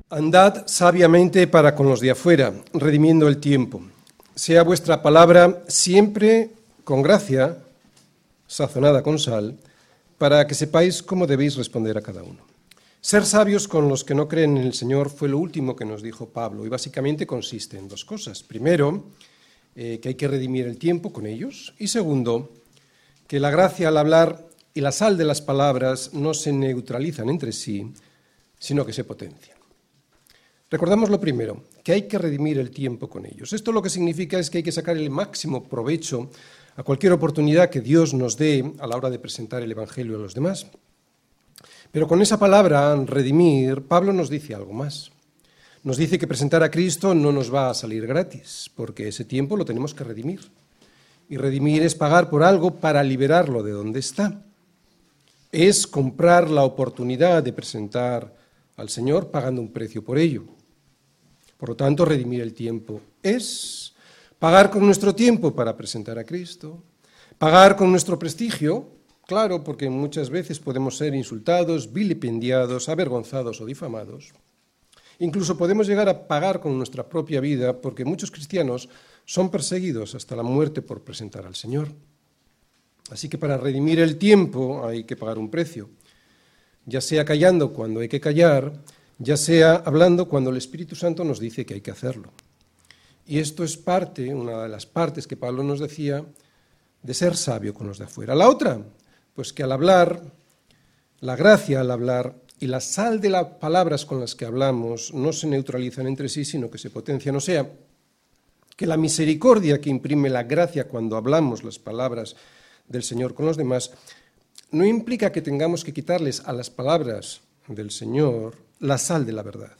Andad sabiamente para con los de afuera, redimiendo el tiempo. Sea vuestra palabra siempre con gracia, sazonada con sal, para que sepáis cómo debéis responder a cada uno. Ser sabios con los que no creen en el Señor fue lo último que nos dijo Pablo, y básicamente consiste en dos cosas. Primero, que hay que redimir el tiempo con ellos, y segundo, que la gracia al hablar y la sal de las palabras no se neutralizan entre sí, sino que se potencian. Recordamos lo primero, que hay que redimir el tiempo con ellos. Esto lo que significa es que hay que sacar el máximo provecho a cualquier oportunidad que Dios nos dé a la hora de presentar el Evangelio a los demás. Pero con esa palabra, redimir, Pablo nos dice algo más. Nos dice que presentar a Cristo no nos va a salir gratis, porque ese tiempo lo tenemos que redimir. Y redimir es pagar por algo para liberarlo de donde está. Es comprar la oportunidad de presentar al Señor pagando un precio por ello. Por lo tanto, redimir el tiempo es pagar con nuestro tiempo para presentar a Cristo, pagar con nuestro prestigio, claro, porque muchas veces podemos ser insultados, vilipendiados, avergonzados o difamados. Incluso podemos llegar a pagar con nuestra propia vida, porque muchos cristianos son perseguidos hasta la muerte por presentar al Señor. Así que para redimir el tiempo hay que pagar un precio, ya sea callando cuando hay que callar, ya sea hablando cuando el Espíritu Santo nos dice que hay que hacerlo. Y esto es una de las partes que Pablo nos decía, de ser sabio con los de afuera. La otra, pues que al hablar, la gracia al hablar y la sal de las palabras con las que hablamos no se neutralizan entre sí, sino que se potencian. O sea, que la misericordia que imprime la gracia cuando hablamos las palabras del Señor con los demás no implica que tengamos que quitarles a las palabras del Señor la sal de la verdad.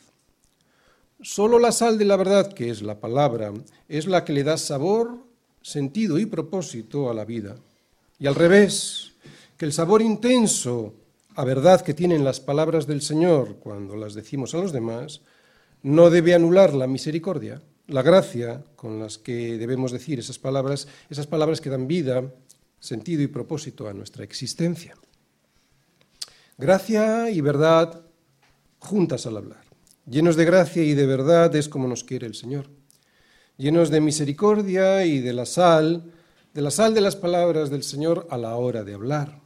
Solo la sal de la verdad, que es la palabra, es la que le da sabor, sentido y propósito a la vida. Y al revés, que el sabor intenso a verdad que tienen las palabras del Señor cuando las decimos a los demás, no debe anular la misericordia, la gracia con las que debemos decir esas palabras que dan vida, sentido y propósito a nuestra existencia. Gracia y verdad juntas al hablar. Llenos de gracia y de verdad es como nos quiere el Señor. Llenos de misericordia y de la sal de las palabras del Señor a la hora de hablar.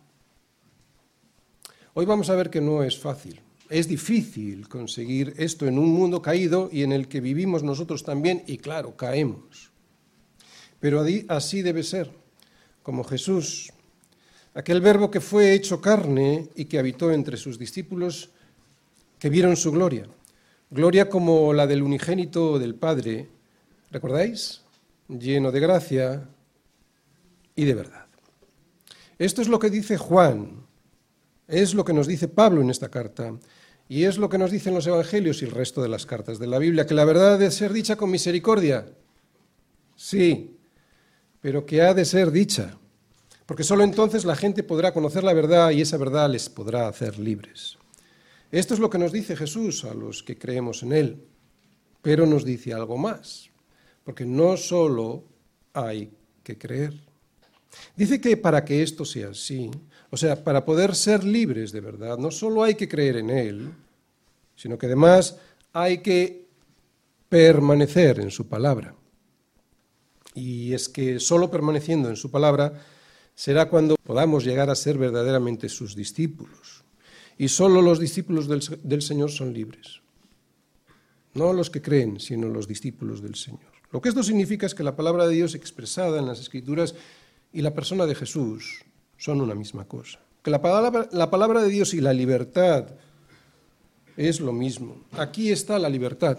Hoy vamos a ver que no es fácil. Es difícil conseguir esto en un mundo caído y en el que vivimos nosotros también, y claro, caemos. Pero así debe ser, como Jesús, aquel verbo que fue hecho carne y que habitó entre sus discípulos, que vieron su gloria. Gloria como la del unigénito del Padre, ¿recordáis? Lleno de gracia y de verdad. Esto es lo que dice Juan, es lo que nos dice Pablo en esta carta, y es lo que nos dicen los evangelios y el resto de las cartas de la Biblia, que la verdad ha de ser dicha con misericordia. Sí, pero que ha de ser dicha, porque solo entonces la gente podrá conocer la verdad y esa verdad les podrá hacer libres. Esto es lo que nos dice Jesús a los que creemos en Él, pero nos dice algo más, porque no solo hay que creer. Dice que para que esto sea así, o sea, para poder ser libres de verdad, no solo hay que creer en Él, sino que además hay que permanecer en su palabra. Y es que solo permaneciendo en su palabra será cuando podamos llegar a ser verdaderamente sus discípulos. Y solo los discípulos del Señor son libres. No los que creen, sino los discípulos del Señor. Lo que esto significa es que la palabra de Dios expresada en las Escrituras y la persona de Jesús son una misma cosa. Que la palabra de Dios y la libertad es lo mismo. Aquí está la libertad.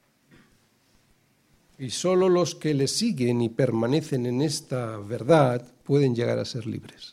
Y solo los que le siguen y permanecen en esta verdad pueden llegar a ser libres.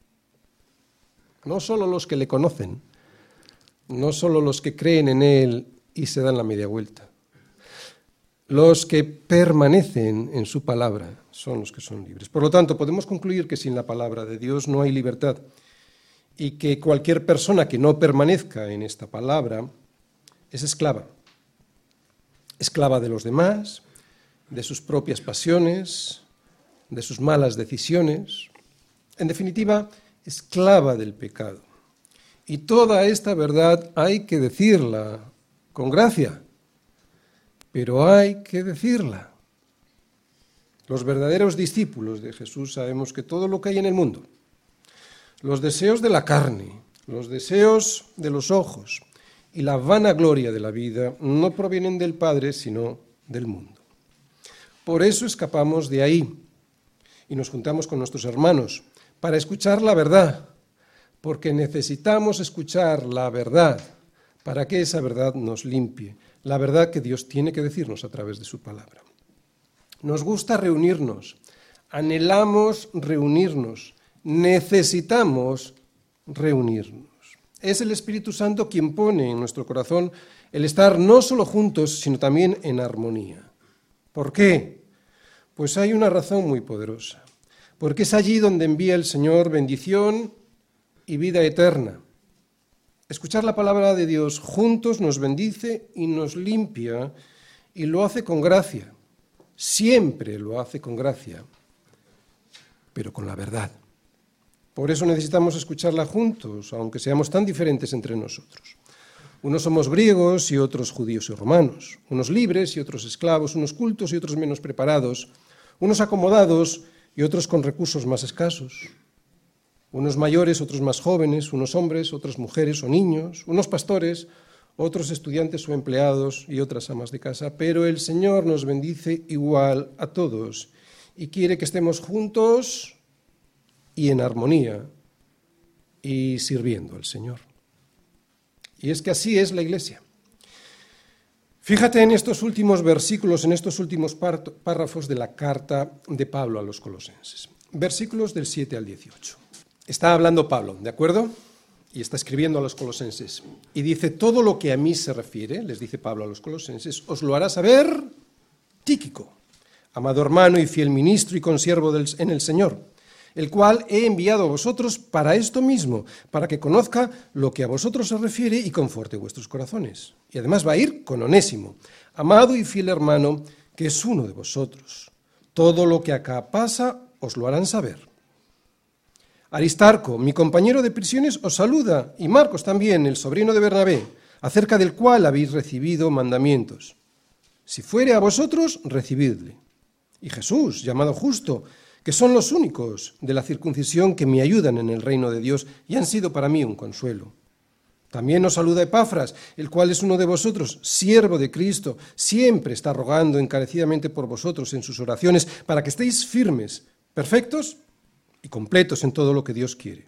No solo los que le conocen, no solo los que creen en Él y se dan la media vuelta. Los que permanecen en su palabra son los que son libres. Por lo tanto, podemos concluir que sin la palabra de Dios no hay libertad y que cualquier persona que no permanezca en esta palabra es esclava. Esclava de los demás, de sus propias pasiones, de sus malas decisiones. En definitiva, esclava del pecado. Y toda esta verdad hay que decirla con gracia, pero hay que decirla. Los verdaderos discípulos de Jesús sabemos que todo lo que hay en el mundo, los deseos de la carne, los deseos de los ojos y la vanagloria de la vida no provienen del Padre, sino del mundo. Por eso escapamos de ahí y nos juntamos con nuestros hermanos para escuchar la verdad, porque necesitamos escuchar la verdad para que esa verdad nos limpie, la verdad que Dios tiene que decirnos a través de su palabra. Nos gusta reunirnos, anhelamos reunirnos, necesitamos reunirnos. Es el Espíritu Santo quien pone en nuestro corazón el estar no solo juntos, sino también en armonía. ¿Por qué? Pues hay una razón muy poderosa. Porque es allí donde envía el Señor bendición y vida eterna. Escuchar la palabra de Dios juntos nos bendice y nos limpia y lo hace con gracia. Siempre lo hace con gracia, pero con la verdad. Por eso necesitamos escucharla juntos, aunque seamos tan diferentes entre nosotros. Unos somos griegos y otros judíos y romanos, unos libres y otros esclavos, unos cultos y otros menos preparados, unos acomodados y otros con recursos más escasos, unos mayores, otros más jóvenes, unos hombres, otras mujeres o niños, unos pastores, otros estudiantes o empleados y otras amas de casa, pero el Señor nos bendice igual a todos y quiere que estemos juntos y en armonía y sirviendo al Señor. Y es que así es la Iglesia. Fíjate en estos últimos versículos, en estos últimos párrafos de la carta de Pablo a los colosenses. Versículos del 7 al 18. Está hablando Pablo, ¿de acuerdo? Y está escribiendo a los colosenses. Y dice, todo lo que a mí se refiere, les dice Pablo a los colosenses, os lo hará saber Tíquico, amado hermano y fiel ministro y consiervo en el Señor, el cual he enviado a vosotros para esto mismo, para que conozca lo que a vosotros se refiere y conforte vuestros corazones. Y además va a ir con Onésimo, amado y fiel hermano, que es uno de vosotros. Todo lo que acá pasa os lo harán saber. Aristarco, mi compañero de prisiones, os saluda, y Marcos también, el sobrino de Bernabé, acerca del cual habéis recibido mandamientos. Si fuere a vosotros, recibidle. Y Jesús, llamado Justo, que son los únicos de la circuncisión que me ayudan en el reino de Dios y han sido para mí un consuelo. También os saluda Epafras, el cual es uno de vosotros, siervo de Cristo, siempre está rogando encarecidamente por vosotros en sus oraciones, para que estéis firmes, perfectos y completos en todo lo que Dios quiere.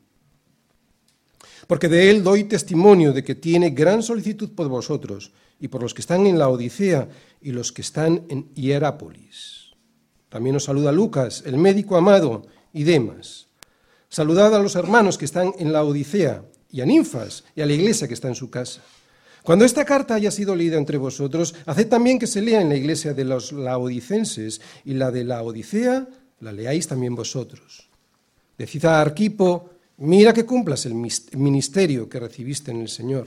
Porque de él doy testimonio de que tiene gran solicitud por vosotros y por los que están en la Odisea y los que están en Hierápolis. También os saluda Lucas, el médico amado, y Demas. Saludad a los hermanos que están en la Odisea, y a Ninfas, y a la iglesia que está en su casa. Cuando esta carta haya sido leída entre vosotros, haced también que se lea en la iglesia de los laodicenses, y la de la Odisea la leáis también vosotros. Decid a Arquipo, mira que cumplas el ministerio que recibiste en el Señor.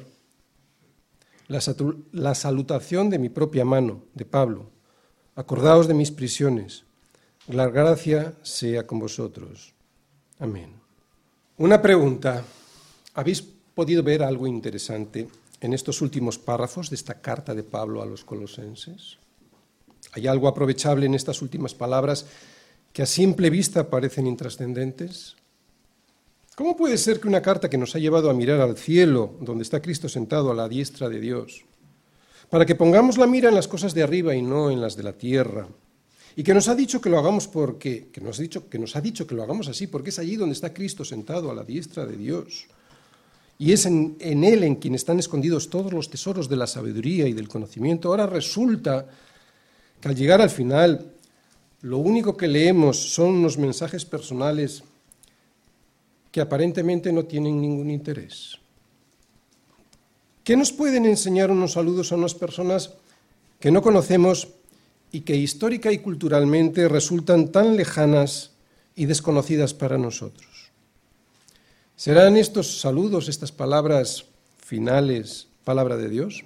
La salutación de mi propia mano, de Pablo. Acordaos de mis prisiones. La gracia sea con vosotros. Amén. Una pregunta. ¿Habéis podido ver algo interesante en estos últimos párrafos de esta carta de Pablo a los colosenses? ¿Hay algo aprovechable en estas últimas palabras que a simple vista parecen intrascendentes? ¿Cómo puede ser que una carta que nos ha llevado a mirar al cielo, donde está Cristo sentado a la diestra de Dios, para que pongamos la mira en las cosas de arriba y no en las de la tierra, y que nos ha dicho que lo hagamos que nos ha dicho que lo hagamos así, porque es allí donde está Cristo sentado a la diestra de Dios, y es en Él en quien están escondidos todos los tesoros de la sabiduría y del conocimiento? Ahora resulta que al llegar al final, lo único que leemos son unos mensajes personales que aparentemente no tienen ningún interés. ¿Qué nos pueden enseñar unos saludos a unas personas que no conocemos y que histórica y culturalmente resultan tan lejanas y desconocidas para nosotros? ¿Serán estos saludos, estas palabras finales, palabra de Dios?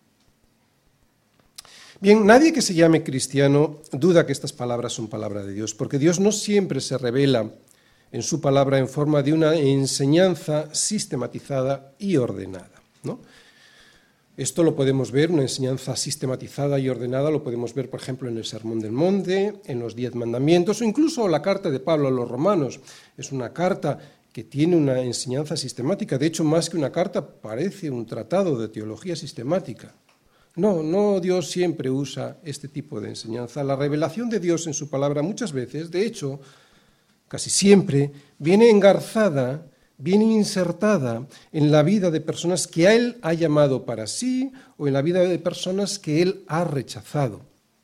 Bien, nadie que se llame cristiano duda que estas palabras son palabra de Dios, porque Dios no siempre se revela en su palabra en forma de una enseñanza sistematizada y ordenada, ¿no? Esto lo podemos ver, una enseñanza sistematizada y ordenada, lo podemos ver, por ejemplo, en el Sermón del Monte, en los 10 mandamientos o incluso la carta de Pablo a los romanos. Es una carta que tiene una enseñanza sistemática. De hecho, más que una carta, parece un tratado de teología sistemática. No, Dios siempre usa este tipo de enseñanza. La revelación de Dios en su palabra muchas veces, de hecho, casi siempre, viene engarzada, viene insertada en la vida de personas que a Él ha llamado para sí o en la vida de personas que Él ha rechazado.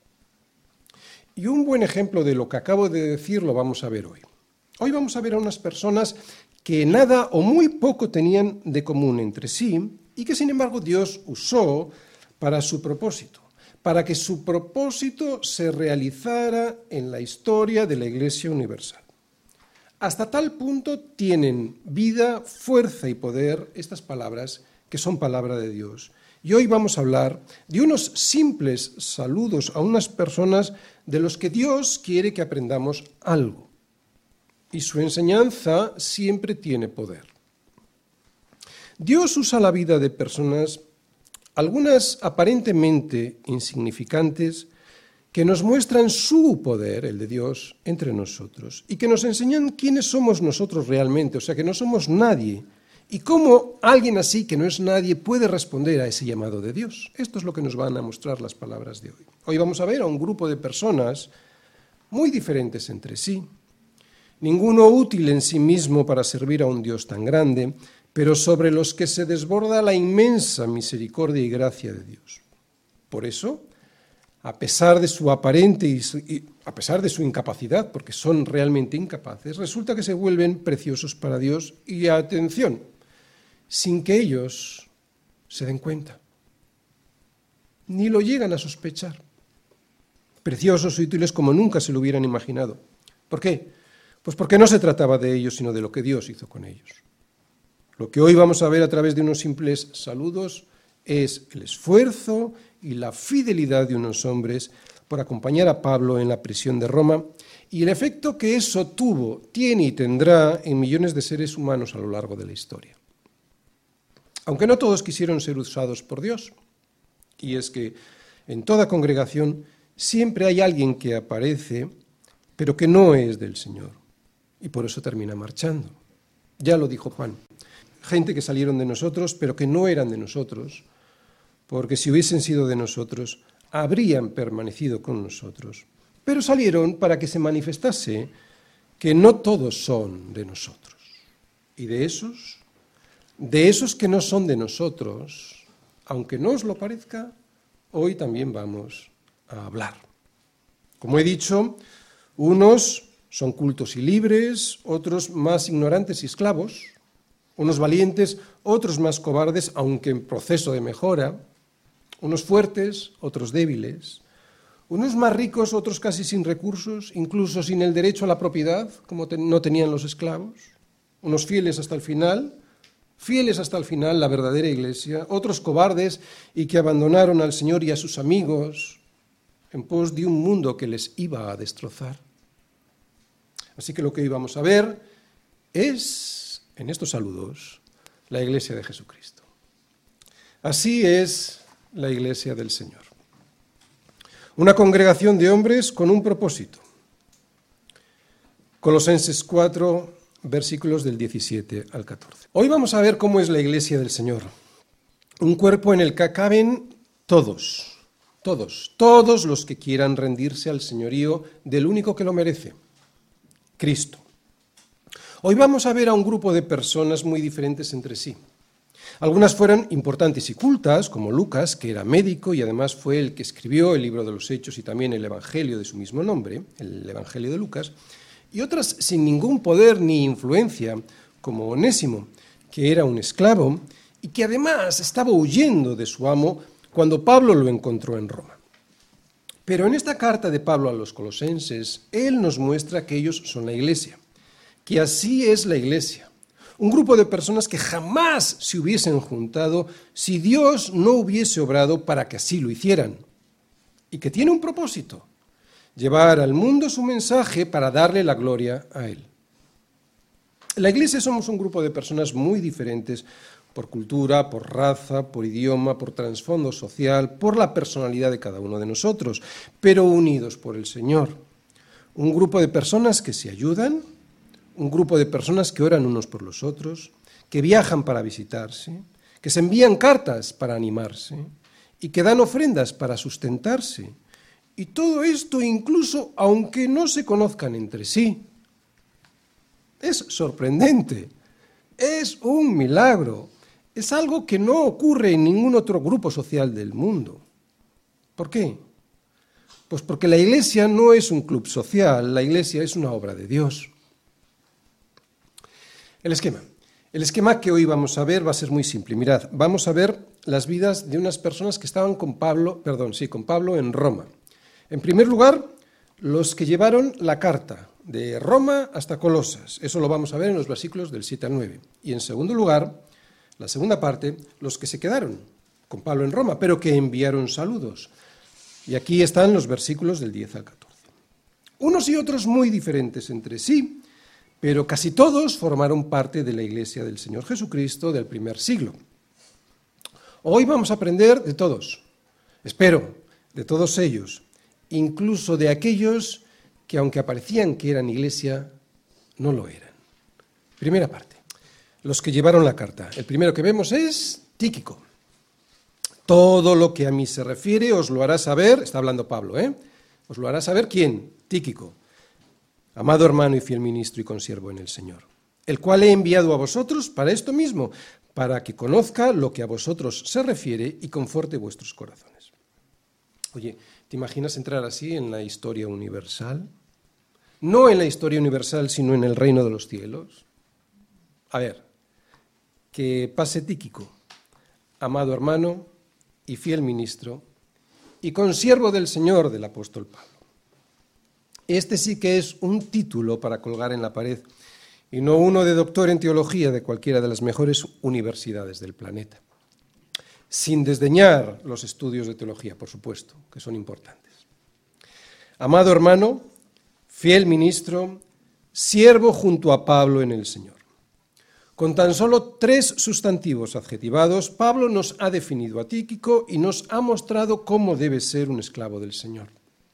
Y un buen ejemplo de lo que acabo de decir lo vamos a ver hoy. Hoy vamos a ver a unas personas que nada o muy poco tenían de común entre sí y que sin embargo Dios usó para su propósito, para que su propósito se realizara en la historia de la Iglesia universal. Hasta tal punto tienen vida, fuerza y poder estas palabras que son palabra de Dios. Y hoy vamos a hablar de unos simples saludos a unas personas de los que Dios quiere que aprendamos algo. Y su enseñanza siempre tiene poder. Dios usa la vida de personas, algunas aparentemente insignificantes, que nos muestran su poder, el de Dios, entre nosotros, y que nos enseñan quiénes somos nosotros realmente, o sea, que no somos nadie, y cómo alguien así, que no es nadie, puede responder a ese llamado de Dios. Esto es lo que nos van a mostrar las palabras de hoy. Hoy vamos a ver a un grupo de personas muy diferentes entre sí, ninguno útil en sí mismo para servir a un Dios tan grande, pero sobre los que se desborda la inmensa misericordia y gracia de Dios. Por eso, a pesar de su aparente y a pesar de su incapacidad, porque son realmente incapaces, resulta que se vuelven preciosos para Dios y, atención, sin que ellos se den cuenta, ni lo llegan a sospechar. Preciosos y útiles como nunca se lo hubieran imaginado. ¿Por qué? Pues porque no se trataba de ellos, sino de lo que Dios hizo con ellos. Lo que hoy vamos a ver a través de unos simples saludos es el esfuerzo y la fidelidad de unos hombres por acompañar a Pablo en la prisión de Roma y el efecto que eso tuvo, tiene y tendrá en millones de seres humanos a lo largo de la historia. Aunque no todos quisieron ser usados por Dios, y es que en toda congregación siempre hay alguien que aparece, pero que no es del Señor, y por eso termina marchando. Ya lo dijo Juan. Gente que salieron de nosotros, pero que no eran de nosotros, porque si hubiesen sido de nosotros, habrían permanecido con nosotros. Pero salieron para que se manifestase que no todos son de nosotros. Y de esos que no son de nosotros, aunque no os lo parezca, hoy también vamos a hablar. Como he dicho, unos son cultos y libres, otros más ignorantes y esclavos, unos valientes, otros más cobardes, aunque en proceso de mejora, unos fuertes, otros débiles, unos más ricos, otros casi sin recursos, incluso sin el derecho a la propiedad, como no tenían los esclavos, unos fieles hasta el final, la verdadera iglesia, otros cobardes y que abandonaron al Señor y a sus amigos en pos de un mundo que les iba a destrozar. Así que lo que hoy vamos a ver es, en estos saludos, la Iglesia de Jesucristo. Así es la Iglesia del Señor. Una congregación de hombres con un propósito. Colosenses 4, versículos del 17 al 14. Hoy vamos a ver cómo es la Iglesia del Señor. Un cuerpo en el que caben todos los que quieran rendirse al señorío del único que lo merece, Cristo. Hoy vamos a ver a un grupo de personas muy diferentes entre sí. Algunas fueron importantes y cultas, como Lucas, que era médico y además fue el que escribió el libro de los Hechos y también el Evangelio de su mismo nombre, el Evangelio de Lucas, y otras sin ningún poder ni influencia, como Onésimo, que era un esclavo y que además estaba huyendo de su amo cuando Pablo lo encontró en Roma. Pero en esta carta de Pablo a los colosenses, él nos muestra que ellos son la Iglesia, que así es la Iglesia, un grupo de personas que jamás se hubiesen juntado si Dios no hubiese obrado para que así lo hicieran, y que tiene un propósito, llevar al mundo su mensaje para darle la gloria a Él. La Iglesia somos un grupo de personas muy diferentes por cultura, por raza, por idioma, por trasfondo social, por la personalidad de cada uno de nosotros, pero unidos por el Señor. Un grupo de personas que se ayudan, un grupo de personas que oran unos por los otros, que viajan para visitarse, que se envían cartas para animarse y que dan ofrendas para sustentarse. Y todo esto incluso aunque no se conozcan entre sí. Es sorprendente, es un milagro, es algo que no ocurre en ningún otro grupo social del mundo. ¿Por qué? Pues porque la Iglesia no es un club social, la Iglesia es una obra de Dios. El esquema que hoy vamos a ver va a ser muy simple. Mirad, vamos a ver las vidas de unas personas que estaban con Pablo en Roma. En primer lugar, los que llevaron la carta de Roma hasta Colosas. Eso lo vamos a ver en los versículos del 7 al 9. Y en segundo lugar, la segunda parte, los que se quedaron con Pablo en Roma, pero que enviaron saludos. Y aquí están los versículos del 10 al 14. Unos y otros muy diferentes entre sí, pero casi todos formaron parte de la Iglesia del Señor Jesucristo del primer siglo. Hoy vamos a aprender de todos, espero, de todos ellos, incluso de aquellos que aunque aparecían que eran Iglesia, no lo eran. Primera parte, los que llevaron la carta. El primero que vemos es Tíquico. Todo lo que a mí se refiere os lo hará saber, está hablando Pablo, os lo hará saber ¿quién? Tíquico, amado hermano y fiel ministro y consiervo en el Señor, el cual he enviado a vosotros para esto mismo, para que conozca lo que a vosotros se refiere y conforte vuestros corazones. Oye, ¿te imaginas entrar así en la historia universal? No en la historia universal, sino en el reino de los cielos. A ver, que pase Tíquico, amado hermano y fiel ministro, y consiervo del Señor del apóstol Pablo. Este sí que es un título para colgar en la pared, y no uno de doctor en teología de cualquiera de las mejores universidades del planeta. Sin desdeñar los estudios de teología, por supuesto, que son importantes. Amado hermano, fiel ministro, siervo junto a Pablo en el Señor. Con tan solo 3 sustantivos adjetivados, Pablo nos ha definido a Tíquico y nos ha mostrado cómo debe ser un esclavo del Señor.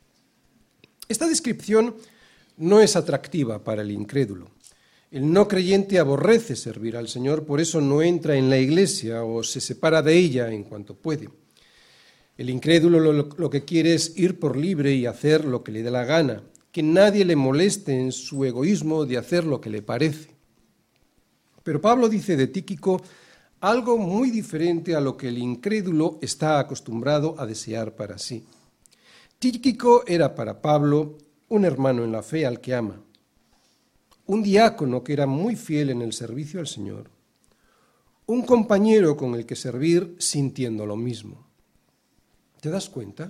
Esta descripción no es atractiva para el incrédulo. El no creyente aborrece servir al Señor, por eso no entra en la Iglesia o se separa de ella en cuanto puede. El incrédulo lo que quiere es ir por libre y hacer lo que le dé la gana, que nadie le moleste en su egoísmo de hacer lo que le parece. Pero Pablo dice de Tíquico algo muy diferente a lo que el incrédulo está acostumbrado a desear para sí. Tíquico era para Pablo un hermano en la fe al que ama, un diácono que era muy fiel en el servicio al Señor, un compañero con el que servir sintiendo lo mismo. ¿Te das cuenta?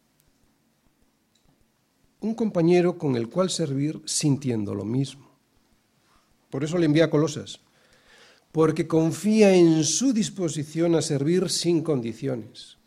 Un compañero con el cual servir sintiendo lo mismo. Por eso le envía a Colosas, porque confía en su disposición a servir sin condiciones.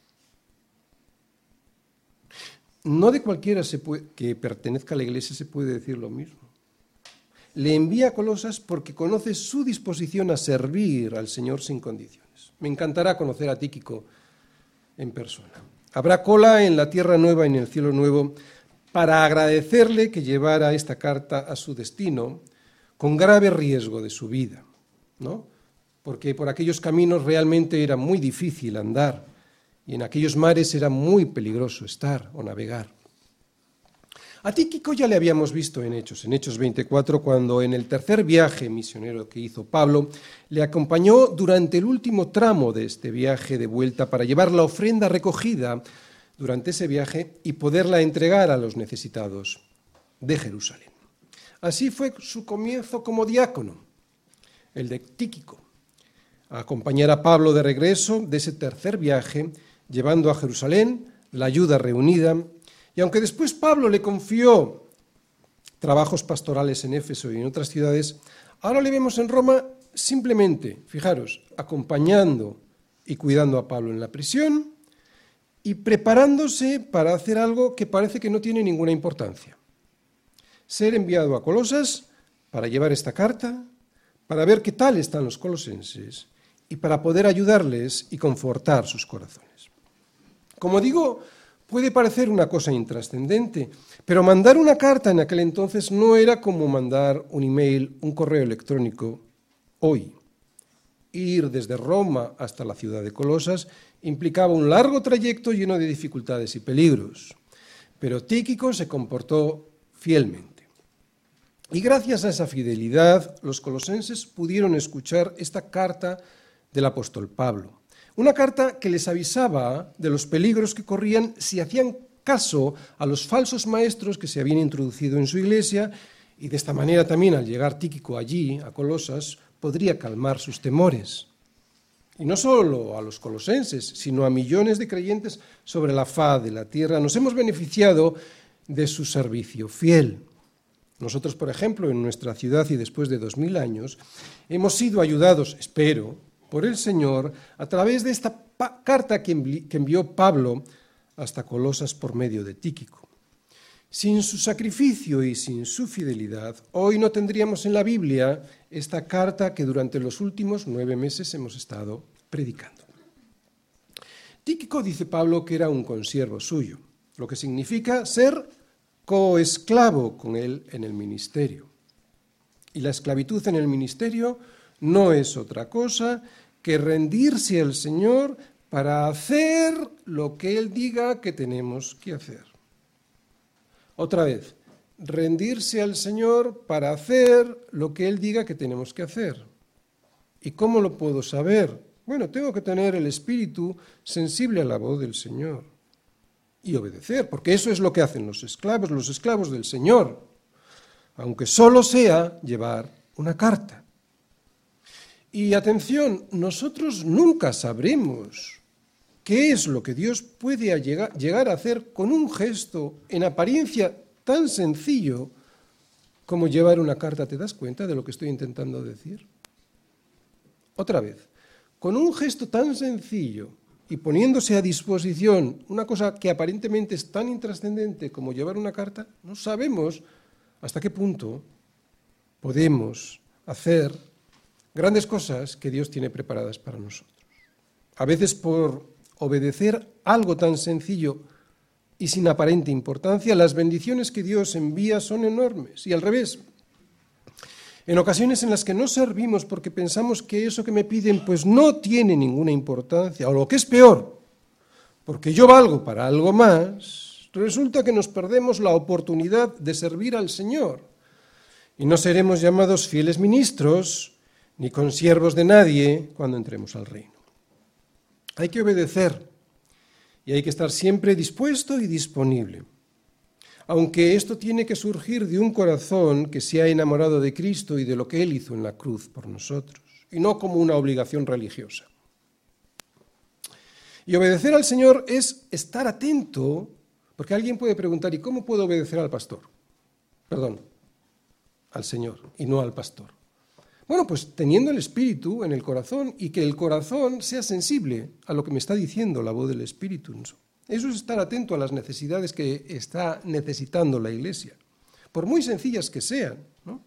No de cualquiera que pertenezca a la Iglesia se puede decir lo mismo. Le envía a Colosas porque conoce su disposición a servir al Señor sin condiciones. Me encantará conocer a Tíquico en persona. Habrá cola en la tierra nueva y en el cielo nuevo para agradecerle que llevara esta carta a su destino con grave riesgo de su vida, ¿no? Porque por aquellos caminos realmente era muy difícil andar y en aquellos mares era muy peligroso estar o navegar. A Tíquico ya le habíamos visto en Hechos 24, cuando en el tercer viaje misionero que hizo Pablo, le acompañó durante el último tramo de este viaje de vuelta para llevar la ofrenda recogida durante ese viaje y poderla entregar a los necesitados de Jerusalén. Así fue su comienzo como diácono, el de Tíquico, a acompañar a Pablo de regreso de ese tercer viaje, llevando a Jerusalén la ayuda reunida. Y aunque después Pablo le confió trabajos pastorales en Éfeso y en otras ciudades, ahora le vemos en Roma simplemente, fijaros, acompañando y cuidando a Pablo en la prisión y preparándose para hacer algo que parece que no tiene ninguna importancia. Ser enviado a Colosas para llevar esta carta, para ver qué tal están los colosenses y para poder ayudarles y confortar sus corazones. Como digo, puede parecer una cosa intrascendente, pero mandar una carta en aquel entonces no era como mandar un email, un correo electrónico hoy. Ir desde Roma hasta la ciudad de Colosas implicaba un largo trayecto lleno de dificultades y peligros, pero Tíquico se comportó fielmente. Y gracias a esa fidelidad, los colosenses pudieron escuchar esta carta del apóstol Pablo. Una carta que les avisaba de los peligros que corrían si hacían caso a los falsos maestros que se habían introducido en su iglesia, y de esta manera también al llegar Tíquico allí, a Colosas, podría calmar sus temores. Y no solo a los colosenses, sino a millones de creyentes sobre la faz de la tierra. Nos hemos beneficiado de su servicio fiel. Nosotros, por ejemplo, en nuestra ciudad y después de 2000 años, hemos sido ayudados, espero, por el Señor a través de esta carta que envió Pablo hasta Colosas por medio de Tíquico. Sin su sacrificio y sin su fidelidad, hoy no tendríamos en la Biblia esta carta que durante los últimos 9 meses hemos estado predicando. Tíquico, dice Pablo, que era un consiervo suyo, lo que significa ser coesclavo con él en el ministerio. Y la esclavitud en el ministerio no es otra cosa que rendirse al Señor para hacer lo que Él diga que tenemos que hacer. Otra vez, rendirse al Señor para hacer lo que Él diga que tenemos que hacer. ¿Y cómo lo puedo saber? Bueno, tengo que tener el espíritu sensible a la voz del Señor y obedecer, porque eso es lo que hacen los esclavos del Señor, aunque solo sea llevar una carta. Y atención, nosotros nunca sabremos qué es lo que Dios puede llegar a hacer con un gesto en apariencia tan sencillo como llevar una carta. ¿Te das cuenta de lo que estoy intentando decir? Otra vez, con un gesto tan sencillo y poniéndose a disposición una cosa que aparentemente es tan intrascendente como llevar una carta, no sabemos hasta qué punto podemos hacer grandes cosas que Dios tiene preparadas para nosotros. A veces por obedecer algo tan sencillo y sin aparente importancia, las bendiciones que Dios envía son enormes. Y al revés, en ocasiones en las que no servimos porque pensamos que eso que me piden pues no tiene ninguna importancia, o lo que es peor, porque yo valgo para algo más, resulta que nos perdemos la oportunidad de servir al Señor y no seremos llamados fieles ministros ni consiervos de nadie cuando entremos al reino. Hay que obedecer y hay que estar siempre dispuesto y disponible. Aunque esto tiene que surgir de un corazón que se ha enamorado de Cristo y de lo que Él hizo en la cruz por nosotros, y no como una obligación religiosa. Y obedecer al Señor es estar atento, porque alguien puede preguntar, ¿y cómo puedo obedecer al pastor? Perdón, al Señor y no al pastor. Bueno, pues teniendo el Espíritu en el corazón y que el corazón sea sensible a lo que me está diciendo la voz del Espíritu. Eso es estar atento a las necesidades que está necesitando la Iglesia, por muy sencillas que sean, ¿no?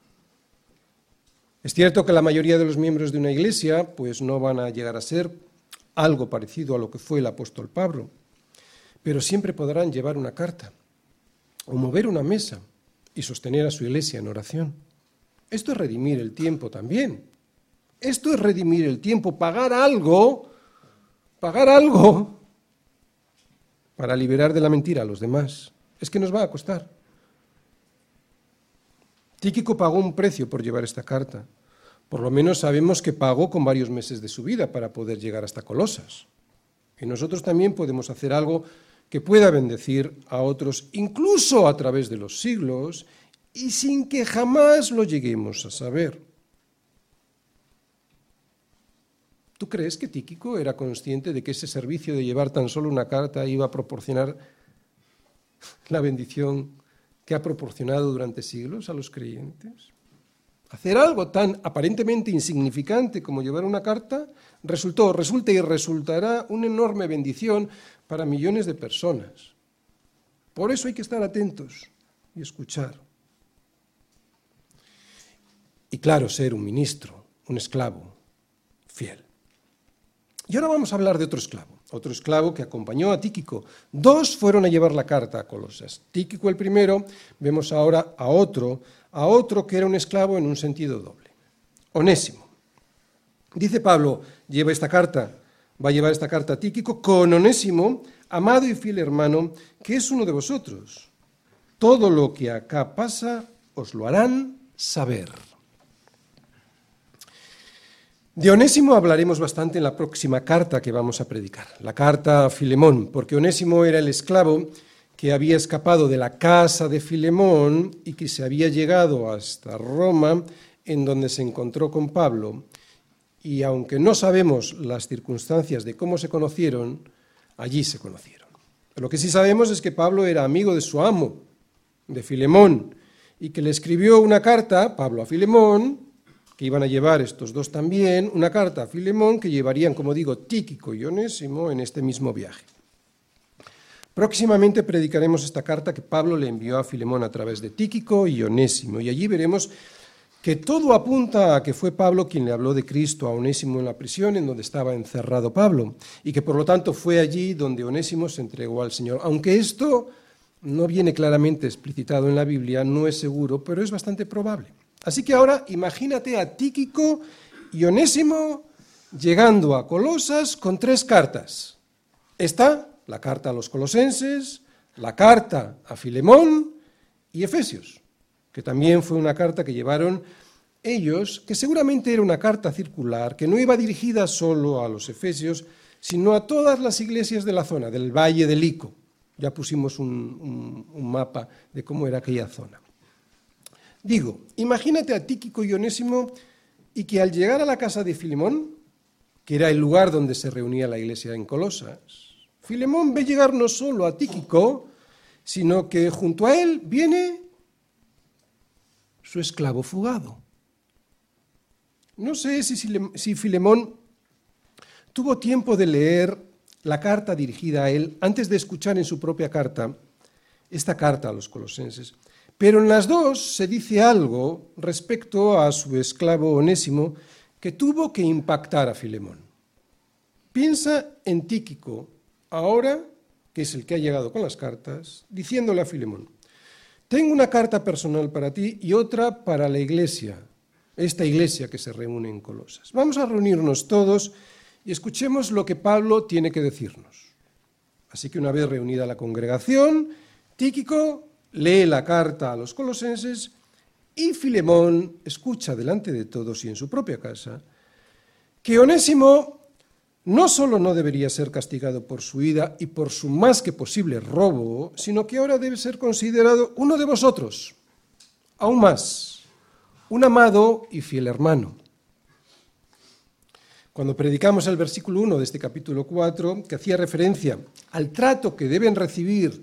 Es cierto que la mayoría de los miembros de una Iglesia pues no van a llegar a ser algo parecido a lo que fue el apóstol Pablo, pero siempre podrán llevar una carta o mover una mesa y sostener a su Iglesia en oración. Esto es redimir el tiempo también. Esto es redimir el tiempo, pagar algo para liberar de la mentira a los demás. Es que nos va a costar. Tíquico pagó un precio por llevar esta carta. Por lo menos sabemos que pagó con varios meses de su vida para poder llegar hasta Colosas. Y nosotros también podemos hacer algo que pueda bendecir a otros, incluso a través de los siglos, y sin que jamás lo lleguemos a saber. ¿Tú crees que Tíquico era consciente de que ese servicio de llevar tan solo una carta iba a proporcionar la bendición que ha proporcionado durante siglos a los creyentes? Hacer algo tan aparentemente insignificante como llevar una carta resulta y resultará una enorme bendición para millones de personas. Por eso hay que estar atentos y escuchar. Y claro, ser un ministro, un esclavo fiel. Y ahora vamos a hablar de otro esclavo que acompañó a Tíquico. 2 fueron a llevar la carta a Colosas. Tíquico el primero, vemos ahora a otro que era un esclavo en un sentido doble. Onésimo. Dice Pablo, va a llevar esta carta a Tíquico con Onésimo, amado y fiel hermano, que es uno de vosotros. Todo lo que acá pasa os lo harán saber. De Onésimo hablaremos bastante en la próxima carta que vamos a predicar, la carta a Filemón, porque Onésimo era el esclavo que había escapado de la casa de Filemón y que se había llegado hasta Roma, en donde se encontró con Pablo. Y aunque no sabemos las circunstancias de cómo se conocieron, allí se conocieron. Lo que sí sabemos es que Pablo era amigo de su amo, de Filemón, y que le escribió una carta, Pablo a Filemón, que iban a llevar estos 2 también, una carta a Filemón que llevarían, como digo, Tíquico y Onésimo en este mismo viaje. Próximamente predicaremos esta carta que Pablo le envió a Filemón a través de Tíquico y Onésimo, y allí veremos que todo apunta a que fue Pablo quien le habló de Cristo a Onésimo en la prisión en donde estaba encerrado Pablo, y que por lo tanto fue allí donde Onésimo se entregó al Señor. Aunque esto no viene claramente explicitado en la Biblia, no es seguro, pero es bastante probable. Así que ahora imagínate a Tíquico y Onésimo llegando a Colosas con 3 cartas. Esta, la carta a los colosenses, la carta a Filemón y Efesios, que también fue una carta que llevaron ellos, que seguramente era una carta circular, que no iba dirigida solo a los efesios, sino a todas las iglesias de la zona, del Valle del Ico. Ya pusimos un mapa de cómo era aquella zona. Digo, imagínate a Tíquico y Onésimo y que al llegar a la casa de Filemón, que era el lugar donde se reunía la iglesia en Colosas, Filemón ve llegar no solo a Tíquico, sino que junto a él viene su esclavo fugado. No sé si Filemón tuvo tiempo de leer la carta dirigida a él antes de escuchar en su propia carta esta carta a los colosenses. Pero en las 2 se dice algo respecto a su esclavo Onésimo que tuvo que impactar a Filemón. Piensa en Tíquico, ahora que es el que ha llegado con las cartas, diciéndole a Filemón, tengo una carta personal para ti y otra para la iglesia, esta iglesia que se reúne en Colosas. Vamos a reunirnos todos y escuchemos lo que Pablo tiene que decirnos. Así que una vez reunida la congregación, Tíquico lee la carta a los colosenses y Filemón escucha delante de todos y en su propia casa que Onésimo no solo no debería ser castigado por su ida y por su más que posible robo, sino que ahora debe ser considerado uno de vosotros, aún más, un amado y fiel hermano. Cuando predicamos el versículo 1 de este capítulo 4, que hacía referencia al trato que debían recibir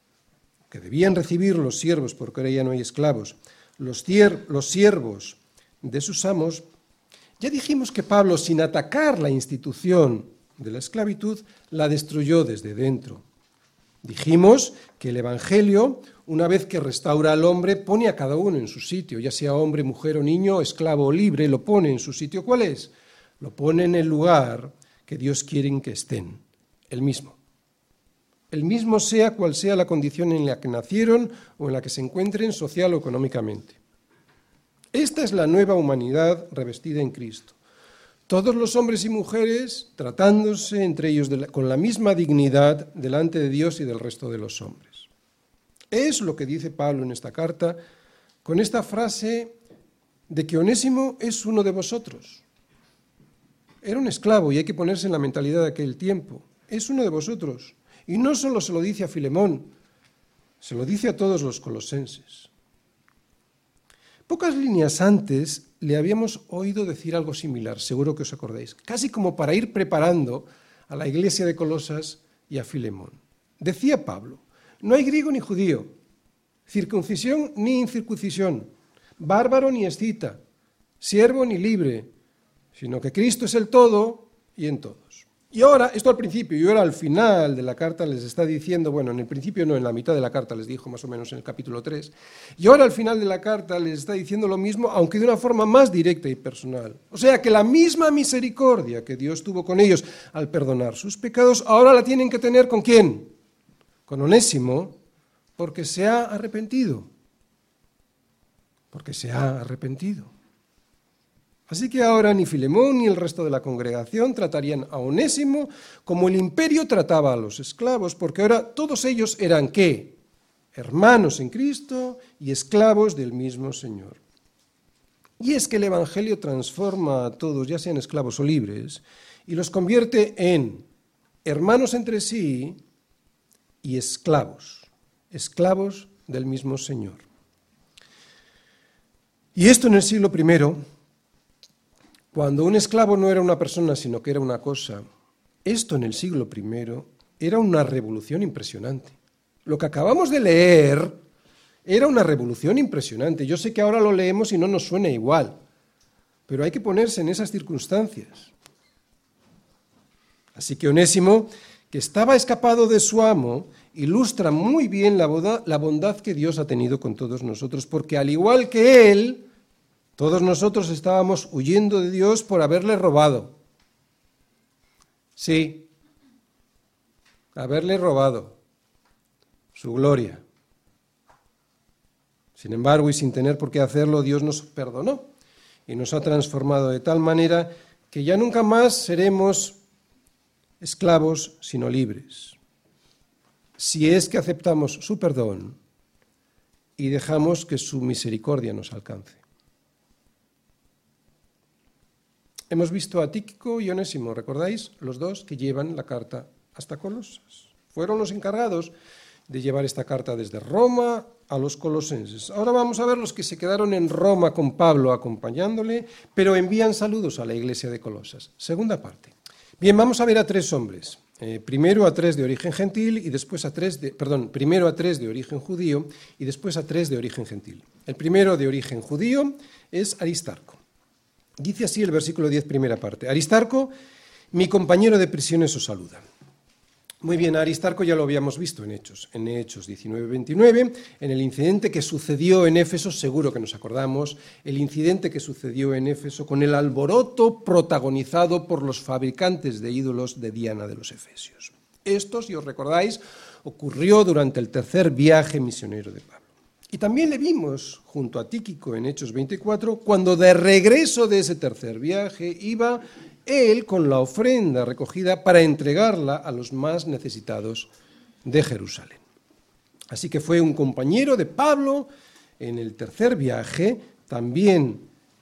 los siervos, porque ahora ya no hay esclavos, los siervos de sus amos, ya dijimos que Pablo, sin atacar la institución de la esclavitud, la destruyó desde dentro. Dijimos que el Evangelio, una vez que restaura al hombre, pone a cada uno en su sitio, ya sea hombre, mujer o niño, esclavo o libre, lo pone en su sitio. ¿Cuál es? Lo pone en el lugar que Dios quiere que estén, el mismo. El mismo sea cual sea la condición en la que nacieron o en la que se encuentren social o económicamente. Esta es la nueva humanidad revestida en Cristo. Todos los hombres y mujeres tratándose entre ellos con la misma dignidad delante de Dios y del resto de los hombres. Es lo que dice Pablo en esta carta con esta frase de que Onésimo es uno de vosotros. Era un esclavo y hay que ponerse en la mentalidad de aquel tiempo. Es uno de vosotros. Y no solo se lo dice a Filemón, se lo dice a todos los colosenses. Pocas líneas antes le habíamos oído decir algo similar, seguro que os acordáis, casi como para ir preparando a la iglesia de Colosas y a Filemón. Decía Pablo, no hay griego ni judío, circuncisión ni incircuncisión, bárbaro ni escita, siervo ni libre, sino que Cristo es el todo y en todos. Y ahora, esto al principio, y ahora al final de la carta les está diciendo, bueno, en el principio no, en la mitad de la carta les dijo más o menos en el capítulo 3, y ahora al final de la carta les está diciendo lo mismo, aunque de una forma más directa y personal. O sea que la misma misericordia que Dios tuvo con ellos al perdonar sus pecados, ahora la tienen que tener ¿con quién? Con Onésimo, porque se ha arrepentido. Porque se ha arrepentido. Así que ahora ni Filemón ni el resto de la congregación tratarían a Onésimo como el imperio trataba a los esclavos, porque ahora todos ellos eran ¿qué? Hermanos en Cristo y esclavos del mismo Señor. Y es que el Evangelio transforma a todos, ya sean esclavos o libres, y los convierte en hermanos entre sí y esclavos del mismo Señor. Y esto en el siglo I, cuando un esclavo no era una persona, sino que era una cosa, esto en el siglo I era una revolución impresionante. Lo que acabamos de leer era una revolución impresionante. Yo sé que ahora lo leemos y no nos suena igual, pero hay que ponerse en esas circunstancias. Así que Onésimo, que estaba escapado de su amo, ilustra muy bien la bondad que Dios ha tenido con todos nosotros, porque al igual que él, todos nosotros estábamos huyendo de Dios por haberle robado. Sí, haberle robado su gloria. Sin embargo, y sin tener por qué hacerlo, Dios nos perdonó y nos ha transformado de tal manera que ya nunca más seremos esclavos, sino libres. Si es que aceptamos su perdón y dejamos que su misericordia nos alcance. Hemos visto a Tíquico y Onésimo, ¿recordáis? Los dos que llevan la carta hasta Colosas. Fueron los encargados de llevar esta carta desde Roma a los colosenses. Ahora vamos a ver los que se quedaron en Roma con Pablo acompañándole, pero envían saludos a la iglesia de Colosas. Segunda parte. Bien, vamos a ver a tres hombres. Primero a tres de origen gentil y después primero a tres de origen judío y después a tres de origen gentil. El primero de origen judío es Aristarco. Dice así el versículo 10, primera parte. Aristarco, mi compañero de prisiones, os saluda. Muy bien, a Aristarco ya lo habíamos visto en Hechos 19:29, en el incidente que sucedió en Éfeso, seguro que nos acordamos, el incidente que sucedió en Éfeso con el alboroto protagonizado por los fabricantes de ídolos de Diana de los Efesios. Esto, si os recordáis, ocurrió durante el tercer viaje misionero de Pablo. Y también le vimos junto a Tíquico en Hechos 24, cuando de regreso de ese tercer viaje iba él con la ofrenda recogida para entregarla a los más necesitados de Jerusalén. Así que fue un compañero de Pablo en el tercer viaje, también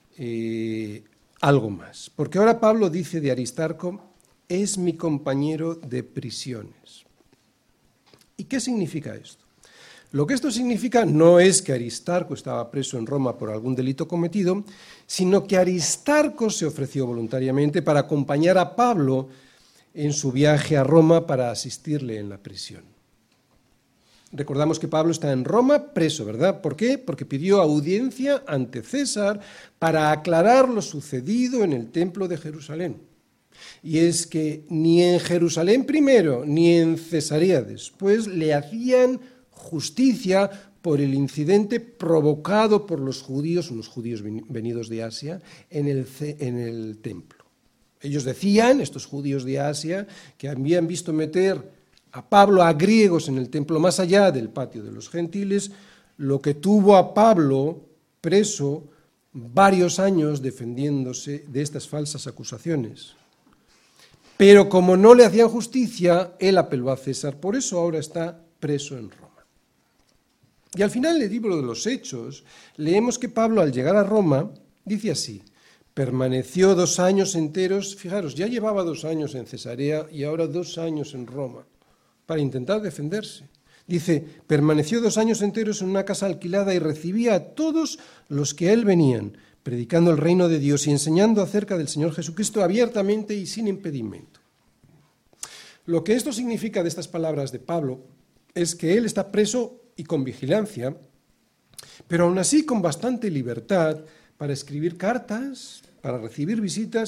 algo más. Porque ahora Pablo dice de Aristarco, es mi compañero de prisiones. ¿Y qué significa esto? Lo que esto significa no es que Aristarco estaba preso en Roma por algún delito cometido, sino que Aristarco se ofreció voluntariamente para acompañar a Pablo en su viaje a Roma para asistirle en la prisión. Recordamos que Pablo está en Roma preso, ¿verdad? ¿Por qué? Porque pidió audiencia ante César para aclarar lo sucedido en el templo de Jerusalén. Y es que ni en Jerusalén primero, ni en Cesarea después le hacían justicia por el incidente provocado por los judíos, unos judíos venidos de Asia, en el templo. Ellos decían, estos judíos de Asia, que habían visto meter a Pablo a griegos en el templo más allá del patio de los gentiles, lo que tuvo a Pablo preso varios años defendiéndose de estas falsas acusaciones. Pero como no le hacían justicia, él apeló a César, por eso ahora está preso en Roma. Y al final del libro de los Hechos, leemos que Pablo al llegar a Roma, dice así, permaneció 2 años enteros, fijaros, ya llevaba 2 años en Cesarea y ahora 2 años en Roma, para intentar defenderse. Dice, permaneció 2 años enteros en una casa alquilada y recibía a todos los que a él venían, predicando el reino de Dios y enseñando acerca del Señor Jesucristo abiertamente y sin impedimento. Lo que esto significa de estas palabras de Pablo es que él está preso y con vigilancia, pero aún así con bastante libertad para escribir cartas, para recibir visitas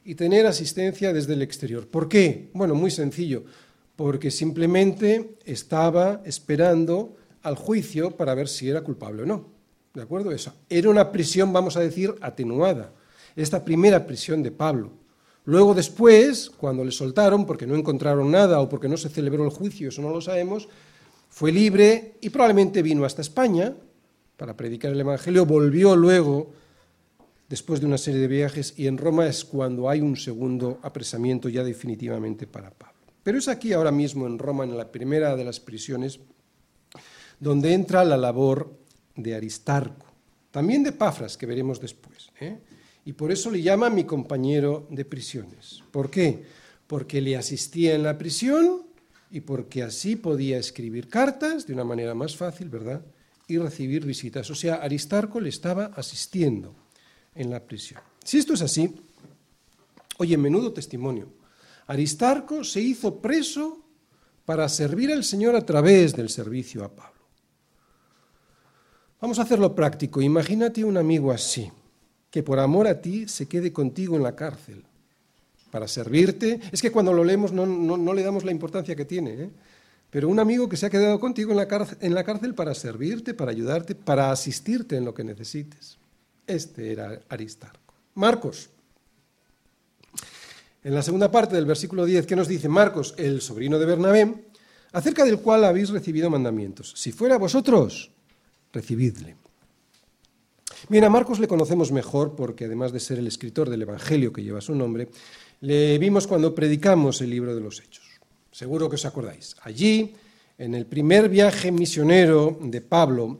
y tener asistencia desde el exterior. ¿Por qué? Bueno, muy sencillo, porque simplemente estaba esperando al juicio para ver si era culpable o no. ¿De acuerdo? Eso. Era una prisión, vamos a decir, atenuada. Esta primera prisión de Pablo. Luego después, cuando le soltaron, porque no encontraron nada o porque no se celebró el juicio, eso no lo sabemos, fue libre y probablemente vino hasta España para predicar el Evangelio, volvió luego, después de una serie de viajes, y en Roma es cuando hay un segundo apresamiento ya definitivamente para Pablo. Pero es aquí ahora mismo en Roma, en la primera de las prisiones, donde entra la labor de Aristarco, también de Epafras, que veremos después, y por eso le llama mi compañero de prisiones. ¿Por qué? Porque le asistía en la prisión y porque así podía escribir cartas de una manera más fácil, ¿verdad?, y recibir visitas. O sea, Aristarco le estaba asistiendo en la prisión. Si esto es así, oye, menudo testimonio. Aristarco se hizo preso para servir al Señor a través del servicio a Pablo. Vamos a hacerlo práctico. Imagínate un amigo así, que por amor a ti se quede contigo en la cárcel para servirte. Es que cuando lo leemos no le damos la importancia que tiene, Pero un amigo que se ha quedado contigo en la cárcel para servirte, para ayudarte, para asistirte en lo que necesites. Este era Aristarco. Marcos. En la segunda parte del versículo 10, ¿qué nos dice? Marcos, el sobrino de Bernabé, acerca del cual habéis recibido mandamientos. Si fuera vosotros, recibidle. Bien, a Marcos le conocemos mejor porque además de ser el escritor del Evangelio que lleva su nombre, le vimos cuando predicamos el libro de los Hechos. Seguro que os acordáis. Allí, en el primer viaje misionero de Pablo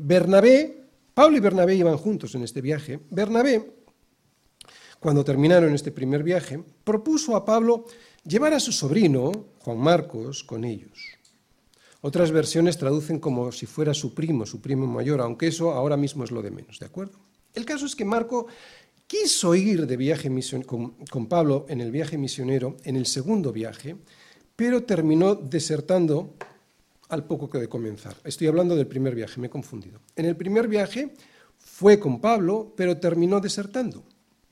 y Bernabé iban juntos en este viaje. Bernabé, cuando terminaron este primer viaje, propuso a Pablo llevar a su sobrino, Juan Marcos, con ellos. Otras versiones traducen como si fuera su primo mayor, aunque eso ahora mismo es lo de menos, ¿de acuerdo? El caso es que Marco quiso ir de viaje con Pablo en el viaje misionero, en el segundo viaje, pero terminó desertando al poco que de comenzar. Estoy hablando del primer viaje, me he confundido. En el primer viaje fue con Pablo, pero terminó desertando.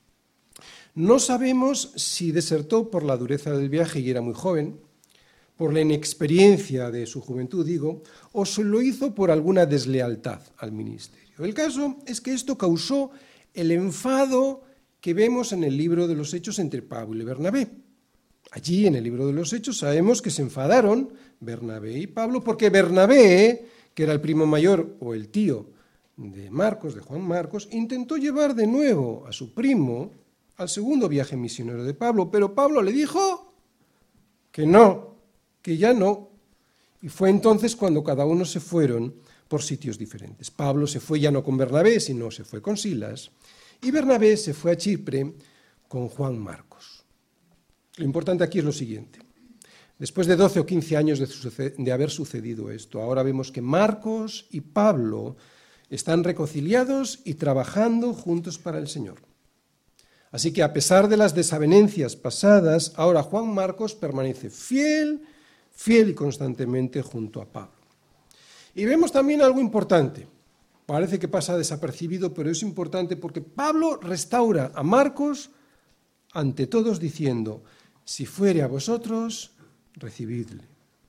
No sabemos si desertó por la dureza del viaje y era muy joven, por la inexperiencia de su juventud, digo, o se lo hizo por alguna deslealtad al ministerio. El caso es que esto causó el enfado que vemos en el libro de los Hechos entre Pablo y Bernabé. Allí, en el libro de los Hechos, sabemos que se enfadaron Bernabé y Pablo porque Bernabé, que era el primo mayor o el tío de Marcos, de Juan Marcos, intentó llevar de nuevo a su primo al segundo viaje misionero de Pablo, pero Pablo le dijo que no, que ya no. Y fue entonces cuando cada uno se fueron por sitios diferentes. Pablo se fue ya no con Bernabé, sino se fue con Silas, y Bernabé se fue a Chipre con Juan Marcos. Lo importante aquí es lo siguiente. Después de 12 o 15 años de haber sucedido esto, ahora vemos que Marcos y Pablo están reconciliados y trabajando juntos para el Señor. Así que a pesar de las desavenencias pasadas, ahora Juan Marcos permanece fiel y constantemente junto a Pablo. Y vemos también algo importante. Parece que pasa desapercibido, pero es importante porque Pablo restaura a Marcos ante todos diciendo: si fuere a vosotros, recibidle.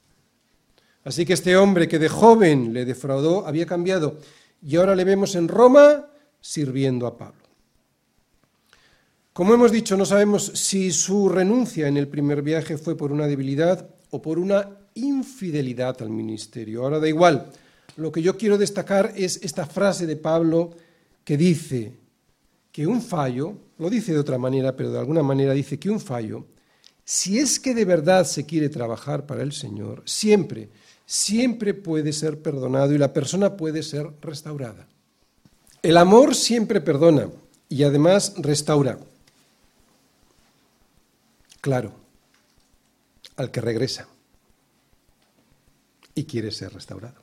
Así que este hombre que de joven le defraudó había cambiado y ahora le vemos en Roma sirviendo a Pablo. Como hemos dicho, no sabemos si su renuncia en el primer viaje fue por una debilidad o por una infidelidad al ministerio. Ahora da igual. Lo que yo quiero destacar es esta frase de Pablo que dice que un fallo, lo dice de otra manera, pero de alguna manera dice que un fallo, si es que de verdad se quiere trabajar para el Señor, siempre puede ser perdonado y la persona puede ser restaurada. El amor siempre perdona y además restaura. Claro, al que regresa y quiere ser restaurado.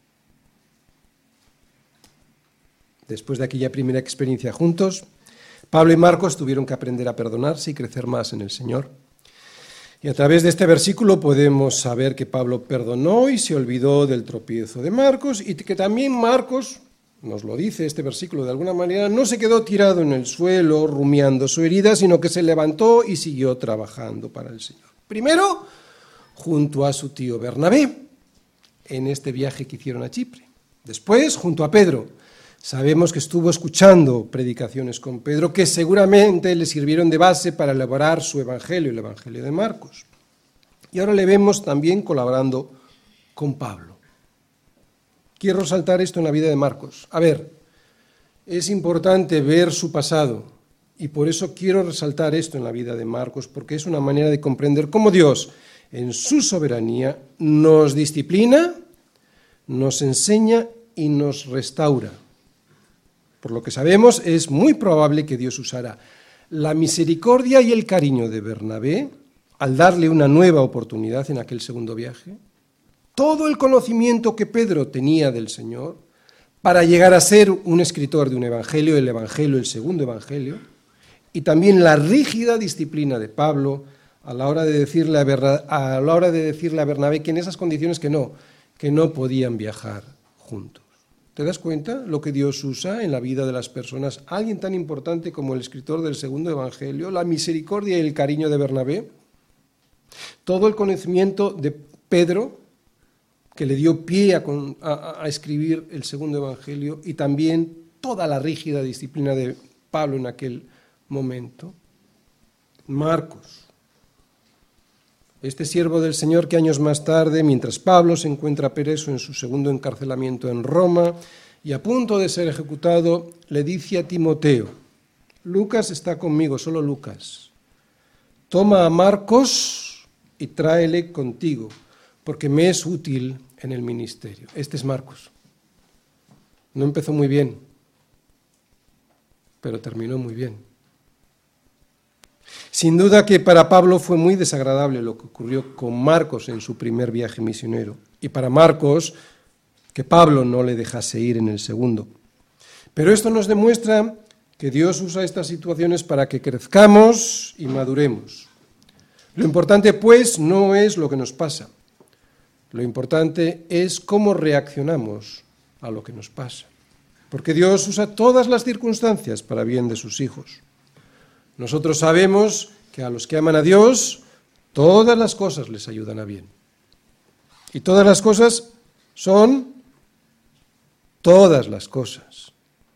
Después de aquella primera experiencia juntos, Pablo y Marcos tuvieron que aprender a perdonarse y crecer más en el Señor. Y a través de este versículo podemos saber que Pablo perdonó y se olvidó del tropiezo de Marcos y que también Marcos nos lo dice este versículo de alguna manera, no se quedó tirado en el suelo rumiando su herida, sino que se levantó y siguió trabajando para el Señor. Primero, junto a su tío Bernabé, en este viaje que hicieron a Chipre. Después, junto a Pedro. Sabemos que estuvo escuchando predicaciones con Pedro que seguramente le sirvieron de base para elaborar su evangelio, el evangelio de Marcos. Y ahora le vemos también colaborando con Pablo. Quiero resaltar esto en la vida de Marcos. A ver, es importante ver su pasado y por eso quiero resaltar esto en la vida de Marcos, porque es una manera de comprender cómo Dios, en su soberanía, nos disciplina, nos enseña y nos restaura. Por lo que sabemos, es muy probable que Dios usará la misericordia y el cariño de Bernabé al darle una nueva oportunidad en aquel segundo viaje, todo el conocimiento que Pedro tenía del Señor para llegar a ser un escritor de un evangelio, el segundo evangelio, y también la rígida disciplina de Pablo a la hora de decirle a Bernabé que en esas condiciones que no podían viajar juntos. ¿Te das cuenta lo que Dios usa en la vida de las personas? Alguien tan importante como el escritor del segundo evangelio, la misericordia y el cariño de Bernabé, todo el conocimiento de Pedro, que le dio pie a escribir el segundo evangelio, y también toda la rígida disciplina de Pablo en aquel momento. Marcos, este siervo del Señor que años más tarde, mientras Pablo se encuentra preso en su segundo encarcelamiento en Roma y a punto de ser ejecutado, le dice a Timoteo: Lucas está conmigo, solo Lucas. Toma a Marcos y tráele contigo, porque me es útil en el ministerio. Este es Marcos. No empezó muy bien, pero terminó muy bien. Sin duda que para Pablo fue muy desagradable lo que ocurrió con Marcos en su primer viaje misionero, y para Marcos que Pablo no le dejase ir en el segundo. Pero esto nos demuestra que Dios usa estas situaciones para que crezcamos y maduremos. Lo importante, pues, no es lo que nos pasa. Lo importante es cómo reaccionamos a lo que nos pasa. Porque Dios usa todas las circunstancias para bien de sus hijos. Nosotros sabemos que a los que aman a Dios, todas las cosas les ayudan a bien. Y todas las cosas son todas las cosas.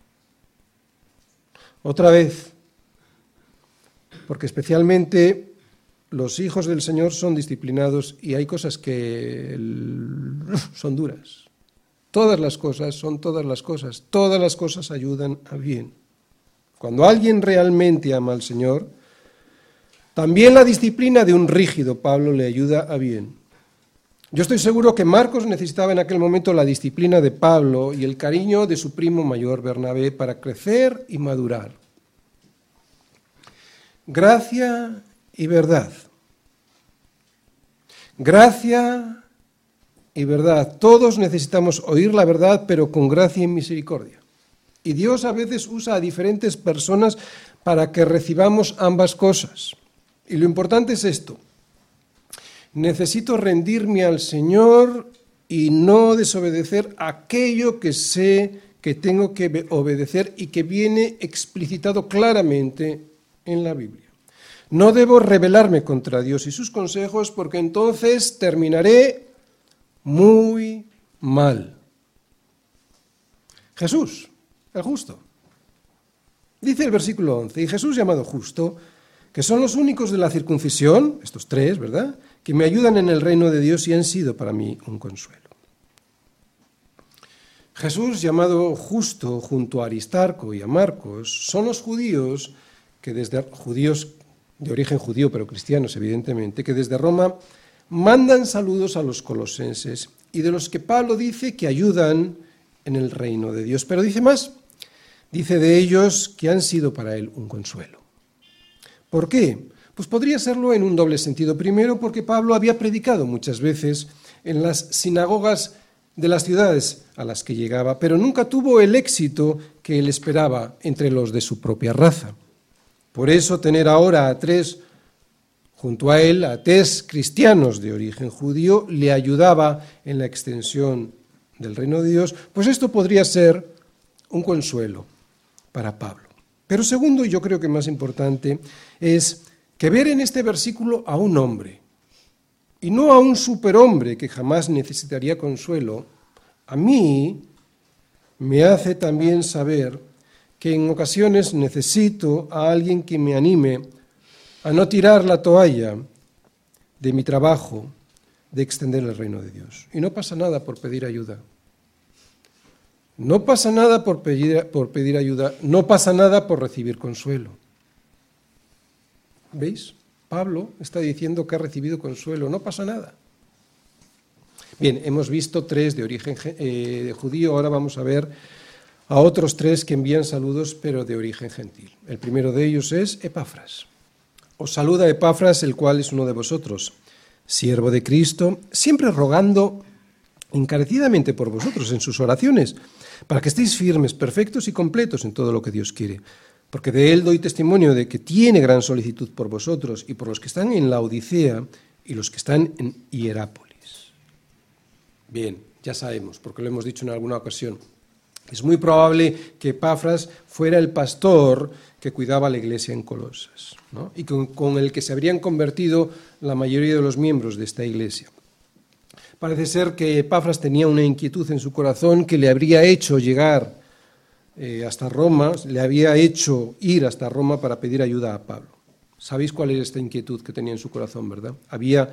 Otra vez, porque especialmente los hijos del Señor son disciplinados y hay cosas que son duras. Todas las cosas son todas las cosas ayudan a bien. Cuando alguien realmente ama al Señor, también la disciplina de un rígido Pablo le ayuda a bien. Yo estoy seguro que Marcos necesitaba en aquel momento la disciplina de Pablo y el cariño de su primo mayor Bernabé para crecer y madurar. Gracia y verdad. Gracia y verdad. Todos necesitamos oír la verdad, pero con gracia y misericordia. Y Dios a veces usa a diferentes personas para que recibamos ambas cosas. Y lo importante es esto. Necesito rendirme al Señor y no desobedecer aquello que sé que tengo que obedecer y que viene explicitado claramente en la Biblia. No debo rebelarme contra Dios y sus consejos porque entonces terminaré muy mal. Jesús, el justo. Dice el versículo 11, y Jesús llamado justo, que son los únicos de la circuncisión, estos tres, ¿verdad?, que me ayudan en el reino de Dios y han sido para mí un consuelo. Jesús llamado justo junto a Aristarco y a Marcos son los judíos de origen judío, pero cristianos evidentemente, que desde Roma mandan saludos a los colosenses y de los que Pablo dice que ayudan en el reino de Dios. Pero dice más, dice de ellos que han sido para él un consuelo. ¿Por qué? Pues podría serlo en un doble sentido. Primero, porque Pablo había predicado muchas veces en las sinagogas de las ciudades a las que llegaba, pero nunca tuvo el éxito que él esperaba entre los de su propia raza. Por eso tener ahora junto a él, a tres cristianos de origen judío, le ayudaba en la extensión del reino de Dios, pues esto podría ser un consuelo para Pablo. Pero segundo, y yo creo que más importante, es que ver en este versículo a un hombre, y no a un superhombre que jamás necesitaría consuelo, a mí me hace también saber que en ocasiones necesito a alguien que me anime a no tirar la toalla de mi trabajo de extender el reino de Dios. Y no pasa nada por pedir ayuda. No pasa nada por pedir ayuda, no pasa nada por recibir consuelo. ¿Veis? Pablo está diciendo que ha recibido consuelo, no pasa nada. Bien, hemos visto 3 de origen judío, ahora vamos a ver a otros 3 que envían saludos, pero de origen gentil. El primero de ellos es Epafras. Os saluda Epafras, el cual es uno de vosotros, siervo de Cristo, siempre rogando encarecidamente por vosotros en sus oraciones, para que estéis firmes, perfectos y completos en todo lo que Dios quiere. Porque de él doy testimonio de que tiene gran solicitud por vosotros y por los que están en la Odisea y los que están en Hierápolis. Bien, ya sabemos, porque lo hemos dicho en alguna ocasión. Es muy probable que Epafras fuera el pastor que cuidaba la iglesia en Colosas, ¿no? Y con el que se habrían convertido la mayoría de los miembros de esta iglesia. Parece ser que Epafras tenía una inquietud en su corazón que le habría hecho llegar hasta Roma, le había hecho ir hasta Roma para pedir ayuda a Pablo. ¿Sabéis cuál es esta inquietud que tenía en su corazón, verdad? Había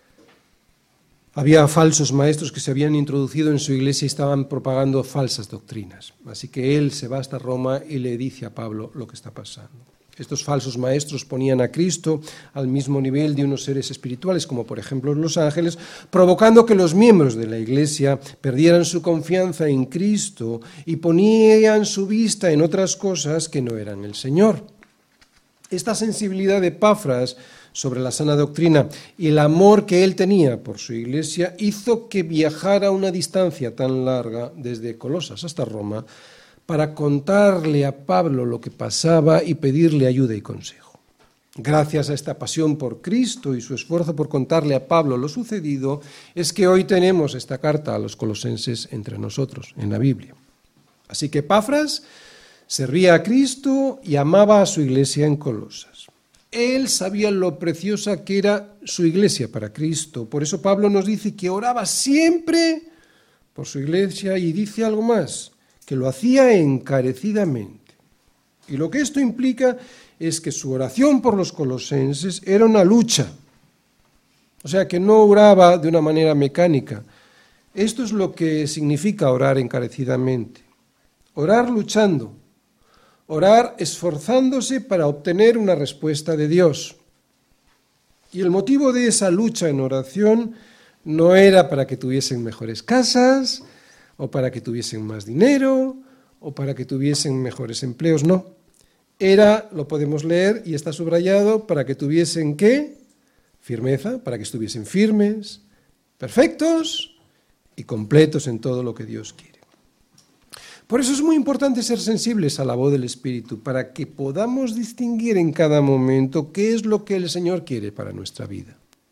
falsos maestros que se habían introducido en su iglesia y estaban propagando falsas doctrinas. Así que él se va hasta Roma y le dice a Pablo lo que está pasando. Estos falsos maestros ponían a Cristo al mismo nivel de unos seres espirituales, como por ejemplo los ángeles, provocando que los miembros de la Iglesia perdieran su confianza en Cristo y ponían su vista en otras cosas que no eran el Señor. Esta sensibilidad de Epafras sobre la sana doctrina y el amor que él tenía por su Iglesia hizo que viajara una distancia tan larga desde Colosas hasta Roma para contarle a Pablo lo que pasaba y pedirle ayuda y consejo. Gracias a esta pasión por Cristo y su esfuerzo por contarle a Pablo lo sucedido, es que hoy tenemos esta carta a los colosenses entre nosotros, en la Biblia. Así que Epafras servía a Cristo y amaba a su iglesia en Colosas. Él sabía lo preciosa que era su iglesia para Cristo. Por eso Pablo nos dice que oraba siempre por su iglesia y dice algo más, que lo hacía encarecidamente. Y lo que esto implica es que su oración por los colosenses era una lucha. O sea, que no oraba de una manera mecánica. Esto es lo que significa orar encarecidamente. Orar luchando. Orar esforzándose para obtener una respuesta de Dios. Y el motivo de esa lucha en oración no era para que tuviesen mejores casas, o para que tuviesen más dinero, o para que tuviesen mejores empleos, no. Era, lo podemos leer y está subrayado, para que tuviesen ¿qué? Firmeza, para que estuviesen firmes, perfectos y completos en todo lo que Dios quiere. Por eso es muy importante ser sensibles a la voz del Espíritu, para que podamos distinguir en cada momento qué es lo que el Señor quiere para nuestra vida.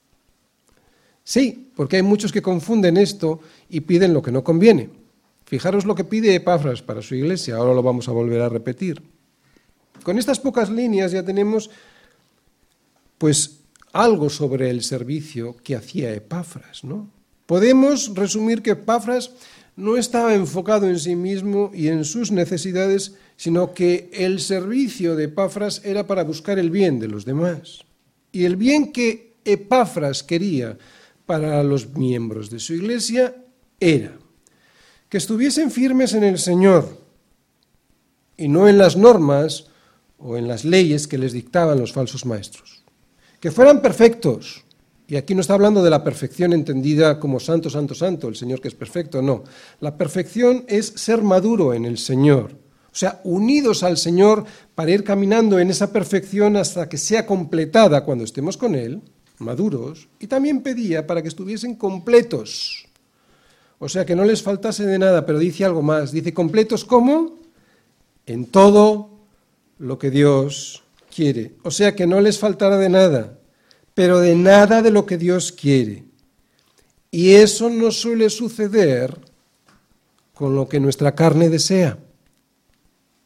Sí, porque hay muchos que confunden esto y piden lo que no conviene. Fijaros lo que pide Epafras para su iglesia, ahora lo vamos a volver a repetir. Con estas pocas líneas ya tenemos pues algo sobre el servicio que hacía Epafras, ¿no? Podemos resumir que Epafras no estaba enfocado en sí mismo y en sus necesidades, sino que el servicio de Epafras era para buscar el bien de los demás. Y el bien que Epafras quería para los miembros de su iglesia era que estuviesen firmes en el Señor y no en las normas o en las leyes que les dictaban los falsos maestros. Que fueran perfectos. Y aquí no está hablando de la perfección entendida como santo, santo, santo, el Señor que es perfecto, no. La perfección es ser maduro en el Señor. O sea, unidos al Señor para ir caminando en esa perfección hasta que sea completada cuando estemos con Él, maduros, y también pedía para que estuviesen completos. O sea, que no les faltase de nada, pero dice algo más. Dice, ¿completos cómo? En todo lo que Dios quiere. O sea, que no les faltara de nada, pero de nada de lo que Dios quiere. Y eso no suele suceder con lo que nuestra carne desea.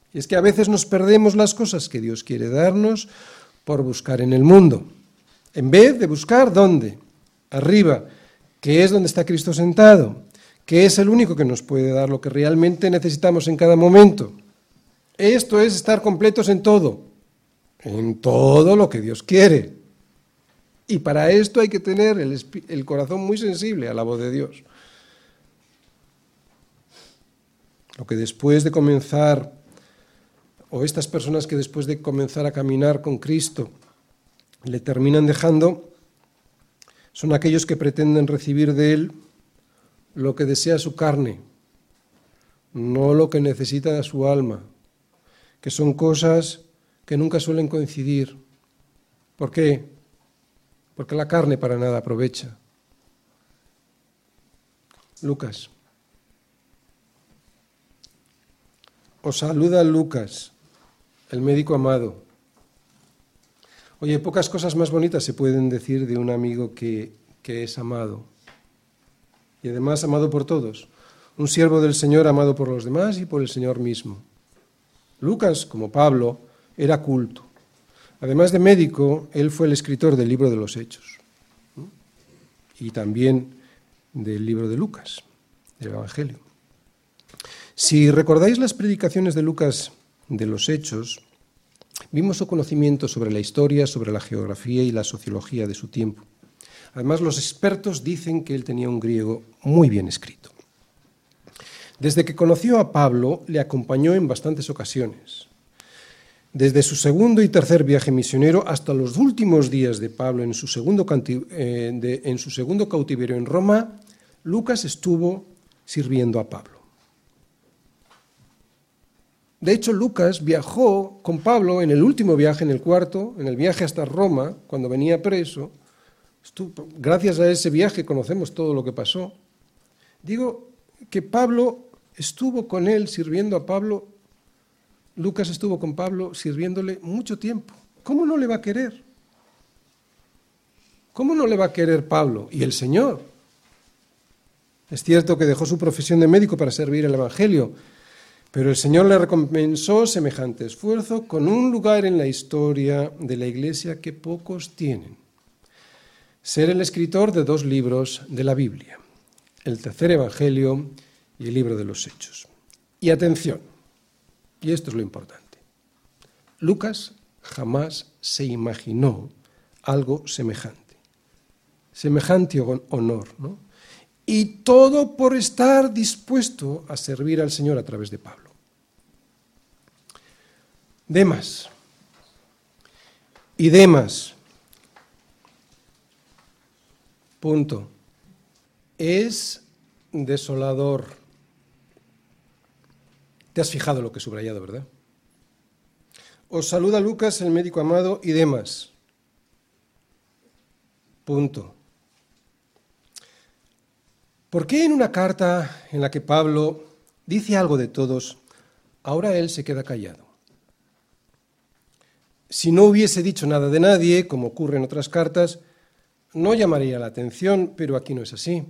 Y es que a veces nos perdemos las cosas que Dios quiere darnos por buscar en el mundo, en vez de buscar ¿dónde? Arriba, que es donde está Cristo sentado, que es el único que nos puede dar lo que realmente necesitamos en cada momento. Esto es estar completos en todo lo que Dios quiere. Y para esto hay que tener el corazón muy sensible a la voz de Dios. Lo que después de comenzar, o estas personas que después de comenzar a caminar con Cristo, le terminan dejando, son aquellos que pretenden recibir de Él lo que desea su carne, no lo que necesita su alma, que son cosas que nunca suelen coincidir. ¿Por qué? Porque la carne para nada aprovecha. Lucas. Os saluda Lucas, el médico amado. Oye, pocas cosas más bonitas se pueden decir de un amigo que es amado. Y además amado por todos. Un siervo del Señor amado por los demás y por el Señor mismo. Lucas, como Pablo, era culto. Además de médico, él fue el escritor del libro de los Hechos. Y también del libro de Lucas, del Evangelio. Si recordáis las predicaciones de Lucas de los Hechos, vimos su conocimiento sobre la historia, sobre la geografía y la sociología de su tiempo. Además, los expertos dicen que él tenía un griego muy bien escrito. Desde que conoció a Pablo, le acompañó en bastantes ocasiones. Desde su segundo y tercer viaje misionero hasta los últimos días de Pablo en su segundo cautiverio en Roma, Lucas estuvo sirviendo a Pablo. De hecho, Lucas viajó con Pablo en el último viaje, en el cuarto, en el viaje hasta Roma, cuando venía preso. Gracias a ese viaje conocemos todo lo que pasó. Digo que Pablo estuvo con él sirviendo a Pablo. Lucas estuvo con Pablo sirviéndole mucho tiempo. ¿Cómo no le va a querer? ¿Cómo no le va a querer Pablo? Y el Señor. Es cierto que dejó su profesión de médico para servir el Evangelio, pero el Señor le recompensó semejante esfuerzo con un lugar en la historia de la Iglesia que pocos tienen. Ser el escritor de 2 libros de la Biblia, el tercer Evangelio y el libro de los Hechos. Y atención, y esto es lo importante, Lucas jamás se imaginó algo semejante honor, ¿no? Y todo por estar dispuesto a servir al Señor a través de Pablo. Demas. Y Demas. Punto. Es desolador. Te has fijado lo que he subrayado, ¿verdad? Os saluda Lucas, el médico amado, y Demas. Punto. ¿Por qué en una carta en la que Pablo dice algo de todos, ahora él se queda callado? Si no hubiese dicho nada de nadie, como ocurre en otras cartas, no llamaría la atención, pero aquí no es así.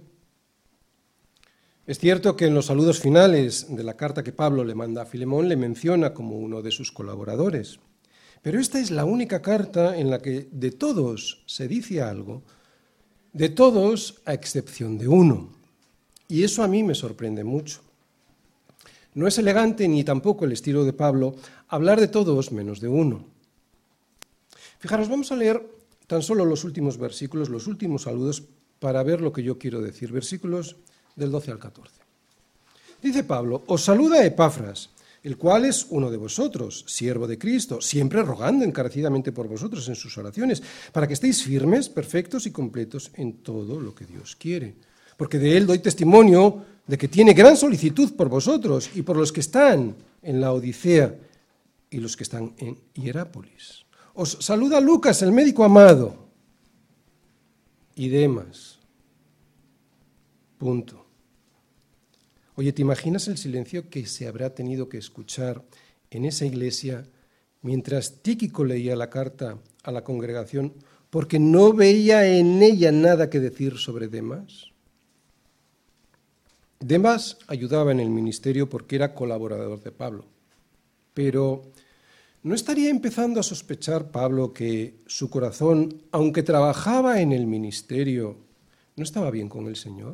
Es cierto que en los saludos finales de la carta que Pablo le manda a Filemón le menciona como uno de sus colaboradores. Pero esta es la única carta en la que de todos se dice algo, de todos a excepción de uno. Y eso a mí me sorprende mucho. No es elegante ni tampoco el estilo de Pablo hablar de todos menos de uno. Fijaros, vamos a leer tan solo los últimos versículos, los últimos saludos, para ver lo que yo quiero decir. Versículos del 12 al 14. Dice Pablo, os saluda Epafras, el cual es uno de vosotros, siervo de Cristo, siempre rogando encarecidamente por vosotros en sus oraciones, para que estéis firmes, perfectos y completos en todo lo que Dios quiere. Porque de él doy testimonio de que tiene gran solicitud por vosotros y por los que están en la Odisea y los que están en Hierápolis. Os saluda Lucas, el médico amado, y Demas. Punto. Oye, ¿te imaginas el silencio que se habrá tenido que escuchar en esa iglesia mientras Tíquico leía la carta a la congregación porque no veía en ella nada que decir sobre Demas? Demas ayudaba en el ministerio porque era colaborador de Pablo, Pero ¿no estaría empezando a sospechar Pablo que su corazón, aunque trabajaba en el ministerio, no estaba bien con el Señor?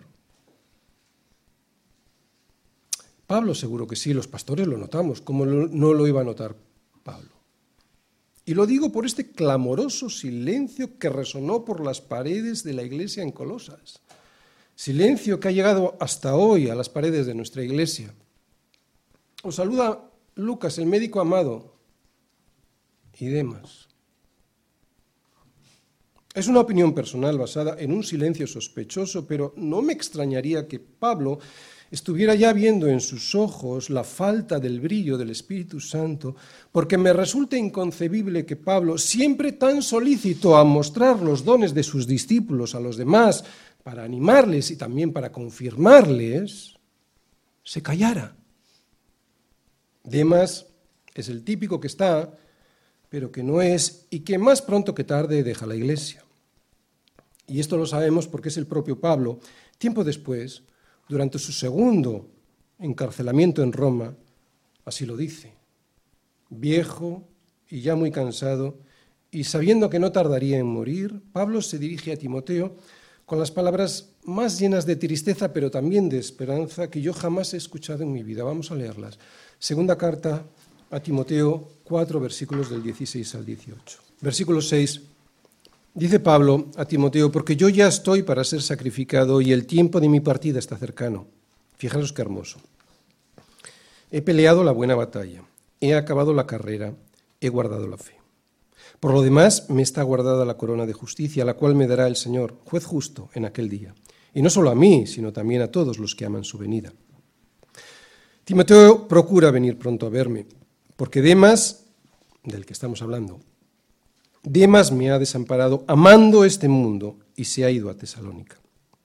Pablo seguro que sí, los pastores lo notamos, ¿cómo no lo iba a notar Pablo? Y lo digo por este clamoroso silencio que resonó por las paredes de la iglesia en Colosas. Silencio que ha llegado hasta hoy a las paredes de nuestra iglesia. Os saluda Lucas, el médico amado, y Demas. Es una opinión personal basada en un silencio sospechoso, pero no me extrañaría que Pablo estuviera ya viendo en sus ojos la falta del brillo del Espíritu Santo, porque me resulta inconcebible que Pablo, siempre tan solícito a mostrar los dones de sus discípulos a los demás, para animarles y también para confirmarles, se callara. Demas es el típico que está, pero que no es, y que más pronto que tarde deja la iglesia. Y esto lo sabemos porque es el propio Pablo, tiempo después, durante su segundo encarcelamiento en Roma, así lo dice. Viejo y ya muy cansado, y sabiendo que no tardaría en morir, Pablo se dirige a Timoteo con las palabras más llenas de tristeza, pero también de esperanza, que yo jamás he escuchado en mi vida. Vamos a leerlas. Segunda carta a Timoteo 4, versículos del 16 al 18. Versículo 6. Dice Pablo a Timoteo, porque yo ya estoy para ser sacrificado y el tiempo de mi partida está cercano. Fijaros qué hermoso. He peleado la buena batalla, he acabado la carrera, he guardado la fe. Por lo demás, me está guardada la corona de justicia, la cual me dará el Señor, juez justo, en aquel día. Y no solo a mí, sino también a todos los que aman su venida. Timoteo procura venir pronto a verme, porque Demas, del que estamos hablando, Demas me ha desamparado amando este mundo y se ha ido a Tesalónica.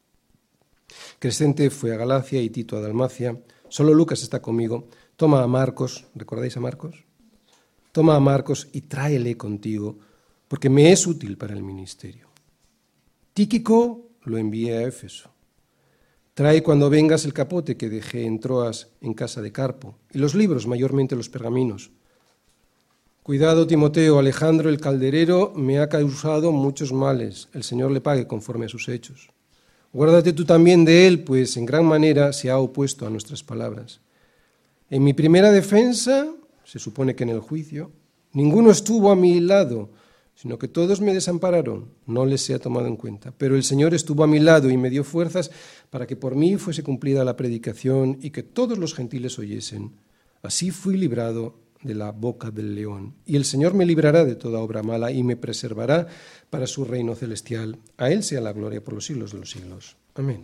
Crescente fue a Galacia y Tito a Dalmacia. Solo Lucas está conmigo. Toma a Marcos, ¿recordáis a Marcos? Toma a Marcos y tráele contigo, porque me es útil para el ministerio. Tíquico lo envié a Éfeso. Trae cuando vengas el capote que dejé en Troas en casa de Carpo, y los libros, mayormente los pergaminos. Cuidado, Timoteo, Alejandro el calderero me ha causado muchos males. El Señor le pague conforme a sus hechos. Guárdate tú también de él, pues en gran manera se ha opuesto a nuestras palabras. En mi primera defensa, se supone que en el juicio, ninguno estuvo a mi lado, sino que todos me desampararon. No les he tomado en cuenta. Pero el Señor estuvo a mi lado y me dio fuerzas para que por mí fuese cumplida la predicación y que todos los gentiles oyesen. Así fui librado de la boca del león. Y el Señor me librará de toda obra mala y me preservará para su reino celestial. A Él sea la gloria por los siglos de los siglos. Amén.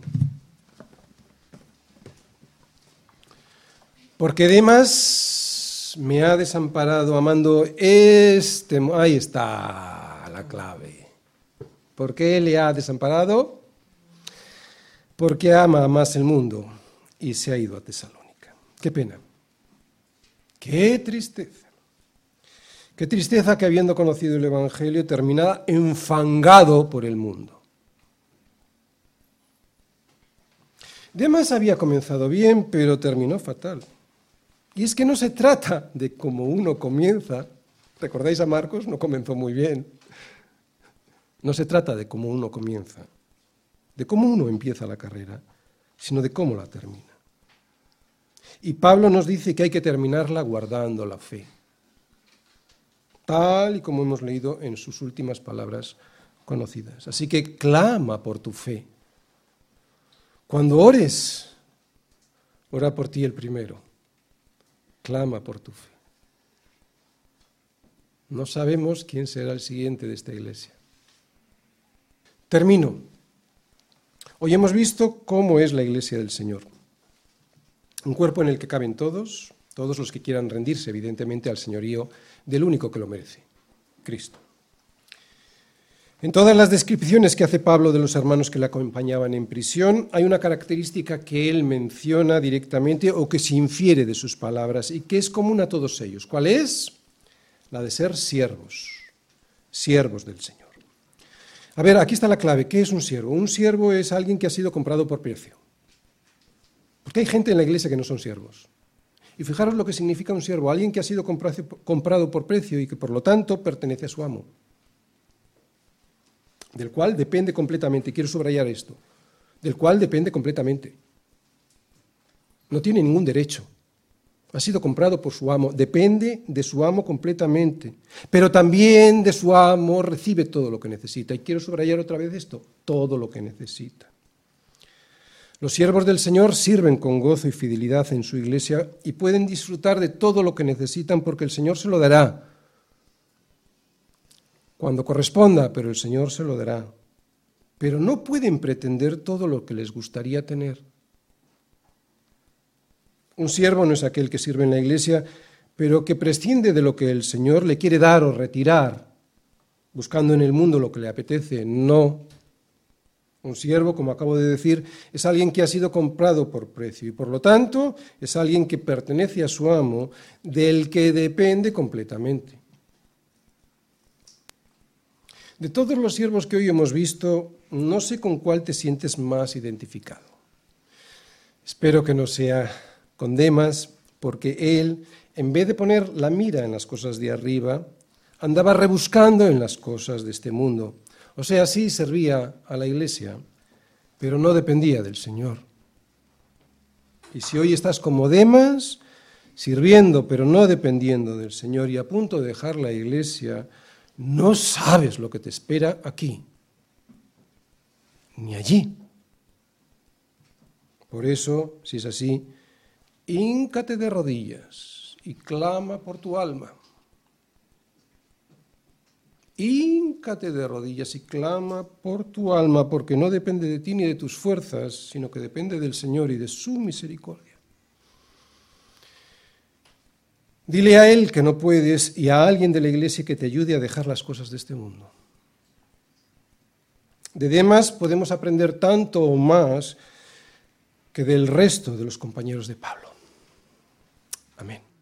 Porque Demas me ha desamparado amando este... Ahí está la clave. ¿Por qué le ha desamparado? Porque ama más el mundo y se ha ido a Tesalónica. Qué pena. ¡Qué tristeza! ¡Qué tristeza que habiendo conocido el Evangelio termina enfangado por el mundo! Demas había comenzado bien, pero terminó fatal. Y es que no se trata de cómo uno comienza. ¿Recordáis a Marcos? No comenzó muy bien. No se trata de cómo uno comienza, de cómo uno empieza la carrera, sino de cómo la termina. Y Pablo nos dice que hay que terminarla guardando la fe, tal y como hemos leído en sus últimas palabras conocidas. Así que clama por tu fe. Cuando ores, ora por ti el primero. Clama por tu fe. No sabemos quién será el siguiente de esta iglesia. Termino. Hoy hemos visto cómo es la iglesia del Señor. Un cuerpo en el que caben todos los que quieran rendirse, evidentemente, al señorío del único que lo merece, Cristo. En todas las descripciones que hace Pablo de los hermanos que le acompañaban en prisión, hay una característica que él menciona directamente o que se infiere de sus palabras y que es común a todos ellos. ¿Cuál es? La de ser siervos del Señor. A ver, aquí está la clave. ¿Qué es un siervo? Un siervo es alguien que ha sido comprado por precio. Porque hay gente en la iglesia que no son siervos. Y fijaros lo que significa un siervo, alguien que ha sido comprado por precio y que por lo tanto pertenece a su amo, del cual depende completamente, quiero subrayar esto, del cual depende completamente. No tiene ningún derecho. Ha sido comprado por su amo, depende de su amo completamente, pero también de su amo recibe todo lo que necesita. Y quiero subrayar otra vez esto, todo lo que necesita. Los siervos del Señor sirven con gozo y fidelidad en su iglesia y pueden disfrutar de todo lo que necesitan porque el Señor se lo dará cuando corresponda, pero el Señor se lo dará. Pero no pueden pretender todo lo que les gustaría tener. Un siervo no es aquel que sirve en la iglesia, pero que prescinde de lo que el Señor le quiere dar o retirar, buscando en el mundo lo que le apetece. No. Un siervo, como acabo de decir, es alguien que ha sido comprado por precio y por lo tanto es alguien que pertenece a su amo, del que depende completamente. De todos los siervos que hoy hemos visto, no sé con cuál te sientes más identificado. Espero que no sea con Demas, porque él, en vez de poner la mira en las cosas de arriba, andaba rebuscando en las cosas de este mundo. O sea, sí servía a la iglesia, pero no dependía del Señor. Y si hoy estás como Demas, sirviendo pero no dependiendo del Señor y a punto de dejar la iglesia, no sabes lo que te espera aquí, ni allí. Por eso, si es así, híncate de rodillas y clama por tu alma. Híncate de rodillas y clama por tu alma, porque no depende de ti ni de tus fuerzas, sino que depende del Señor y de su misericordia. Dile a Él que no puedes y a alguien de la iglesia que te ayude a dejar las cosas de este mundo. De Demas podemos aprender tanto o más que del resto de los compañeros de Pablo. Amén.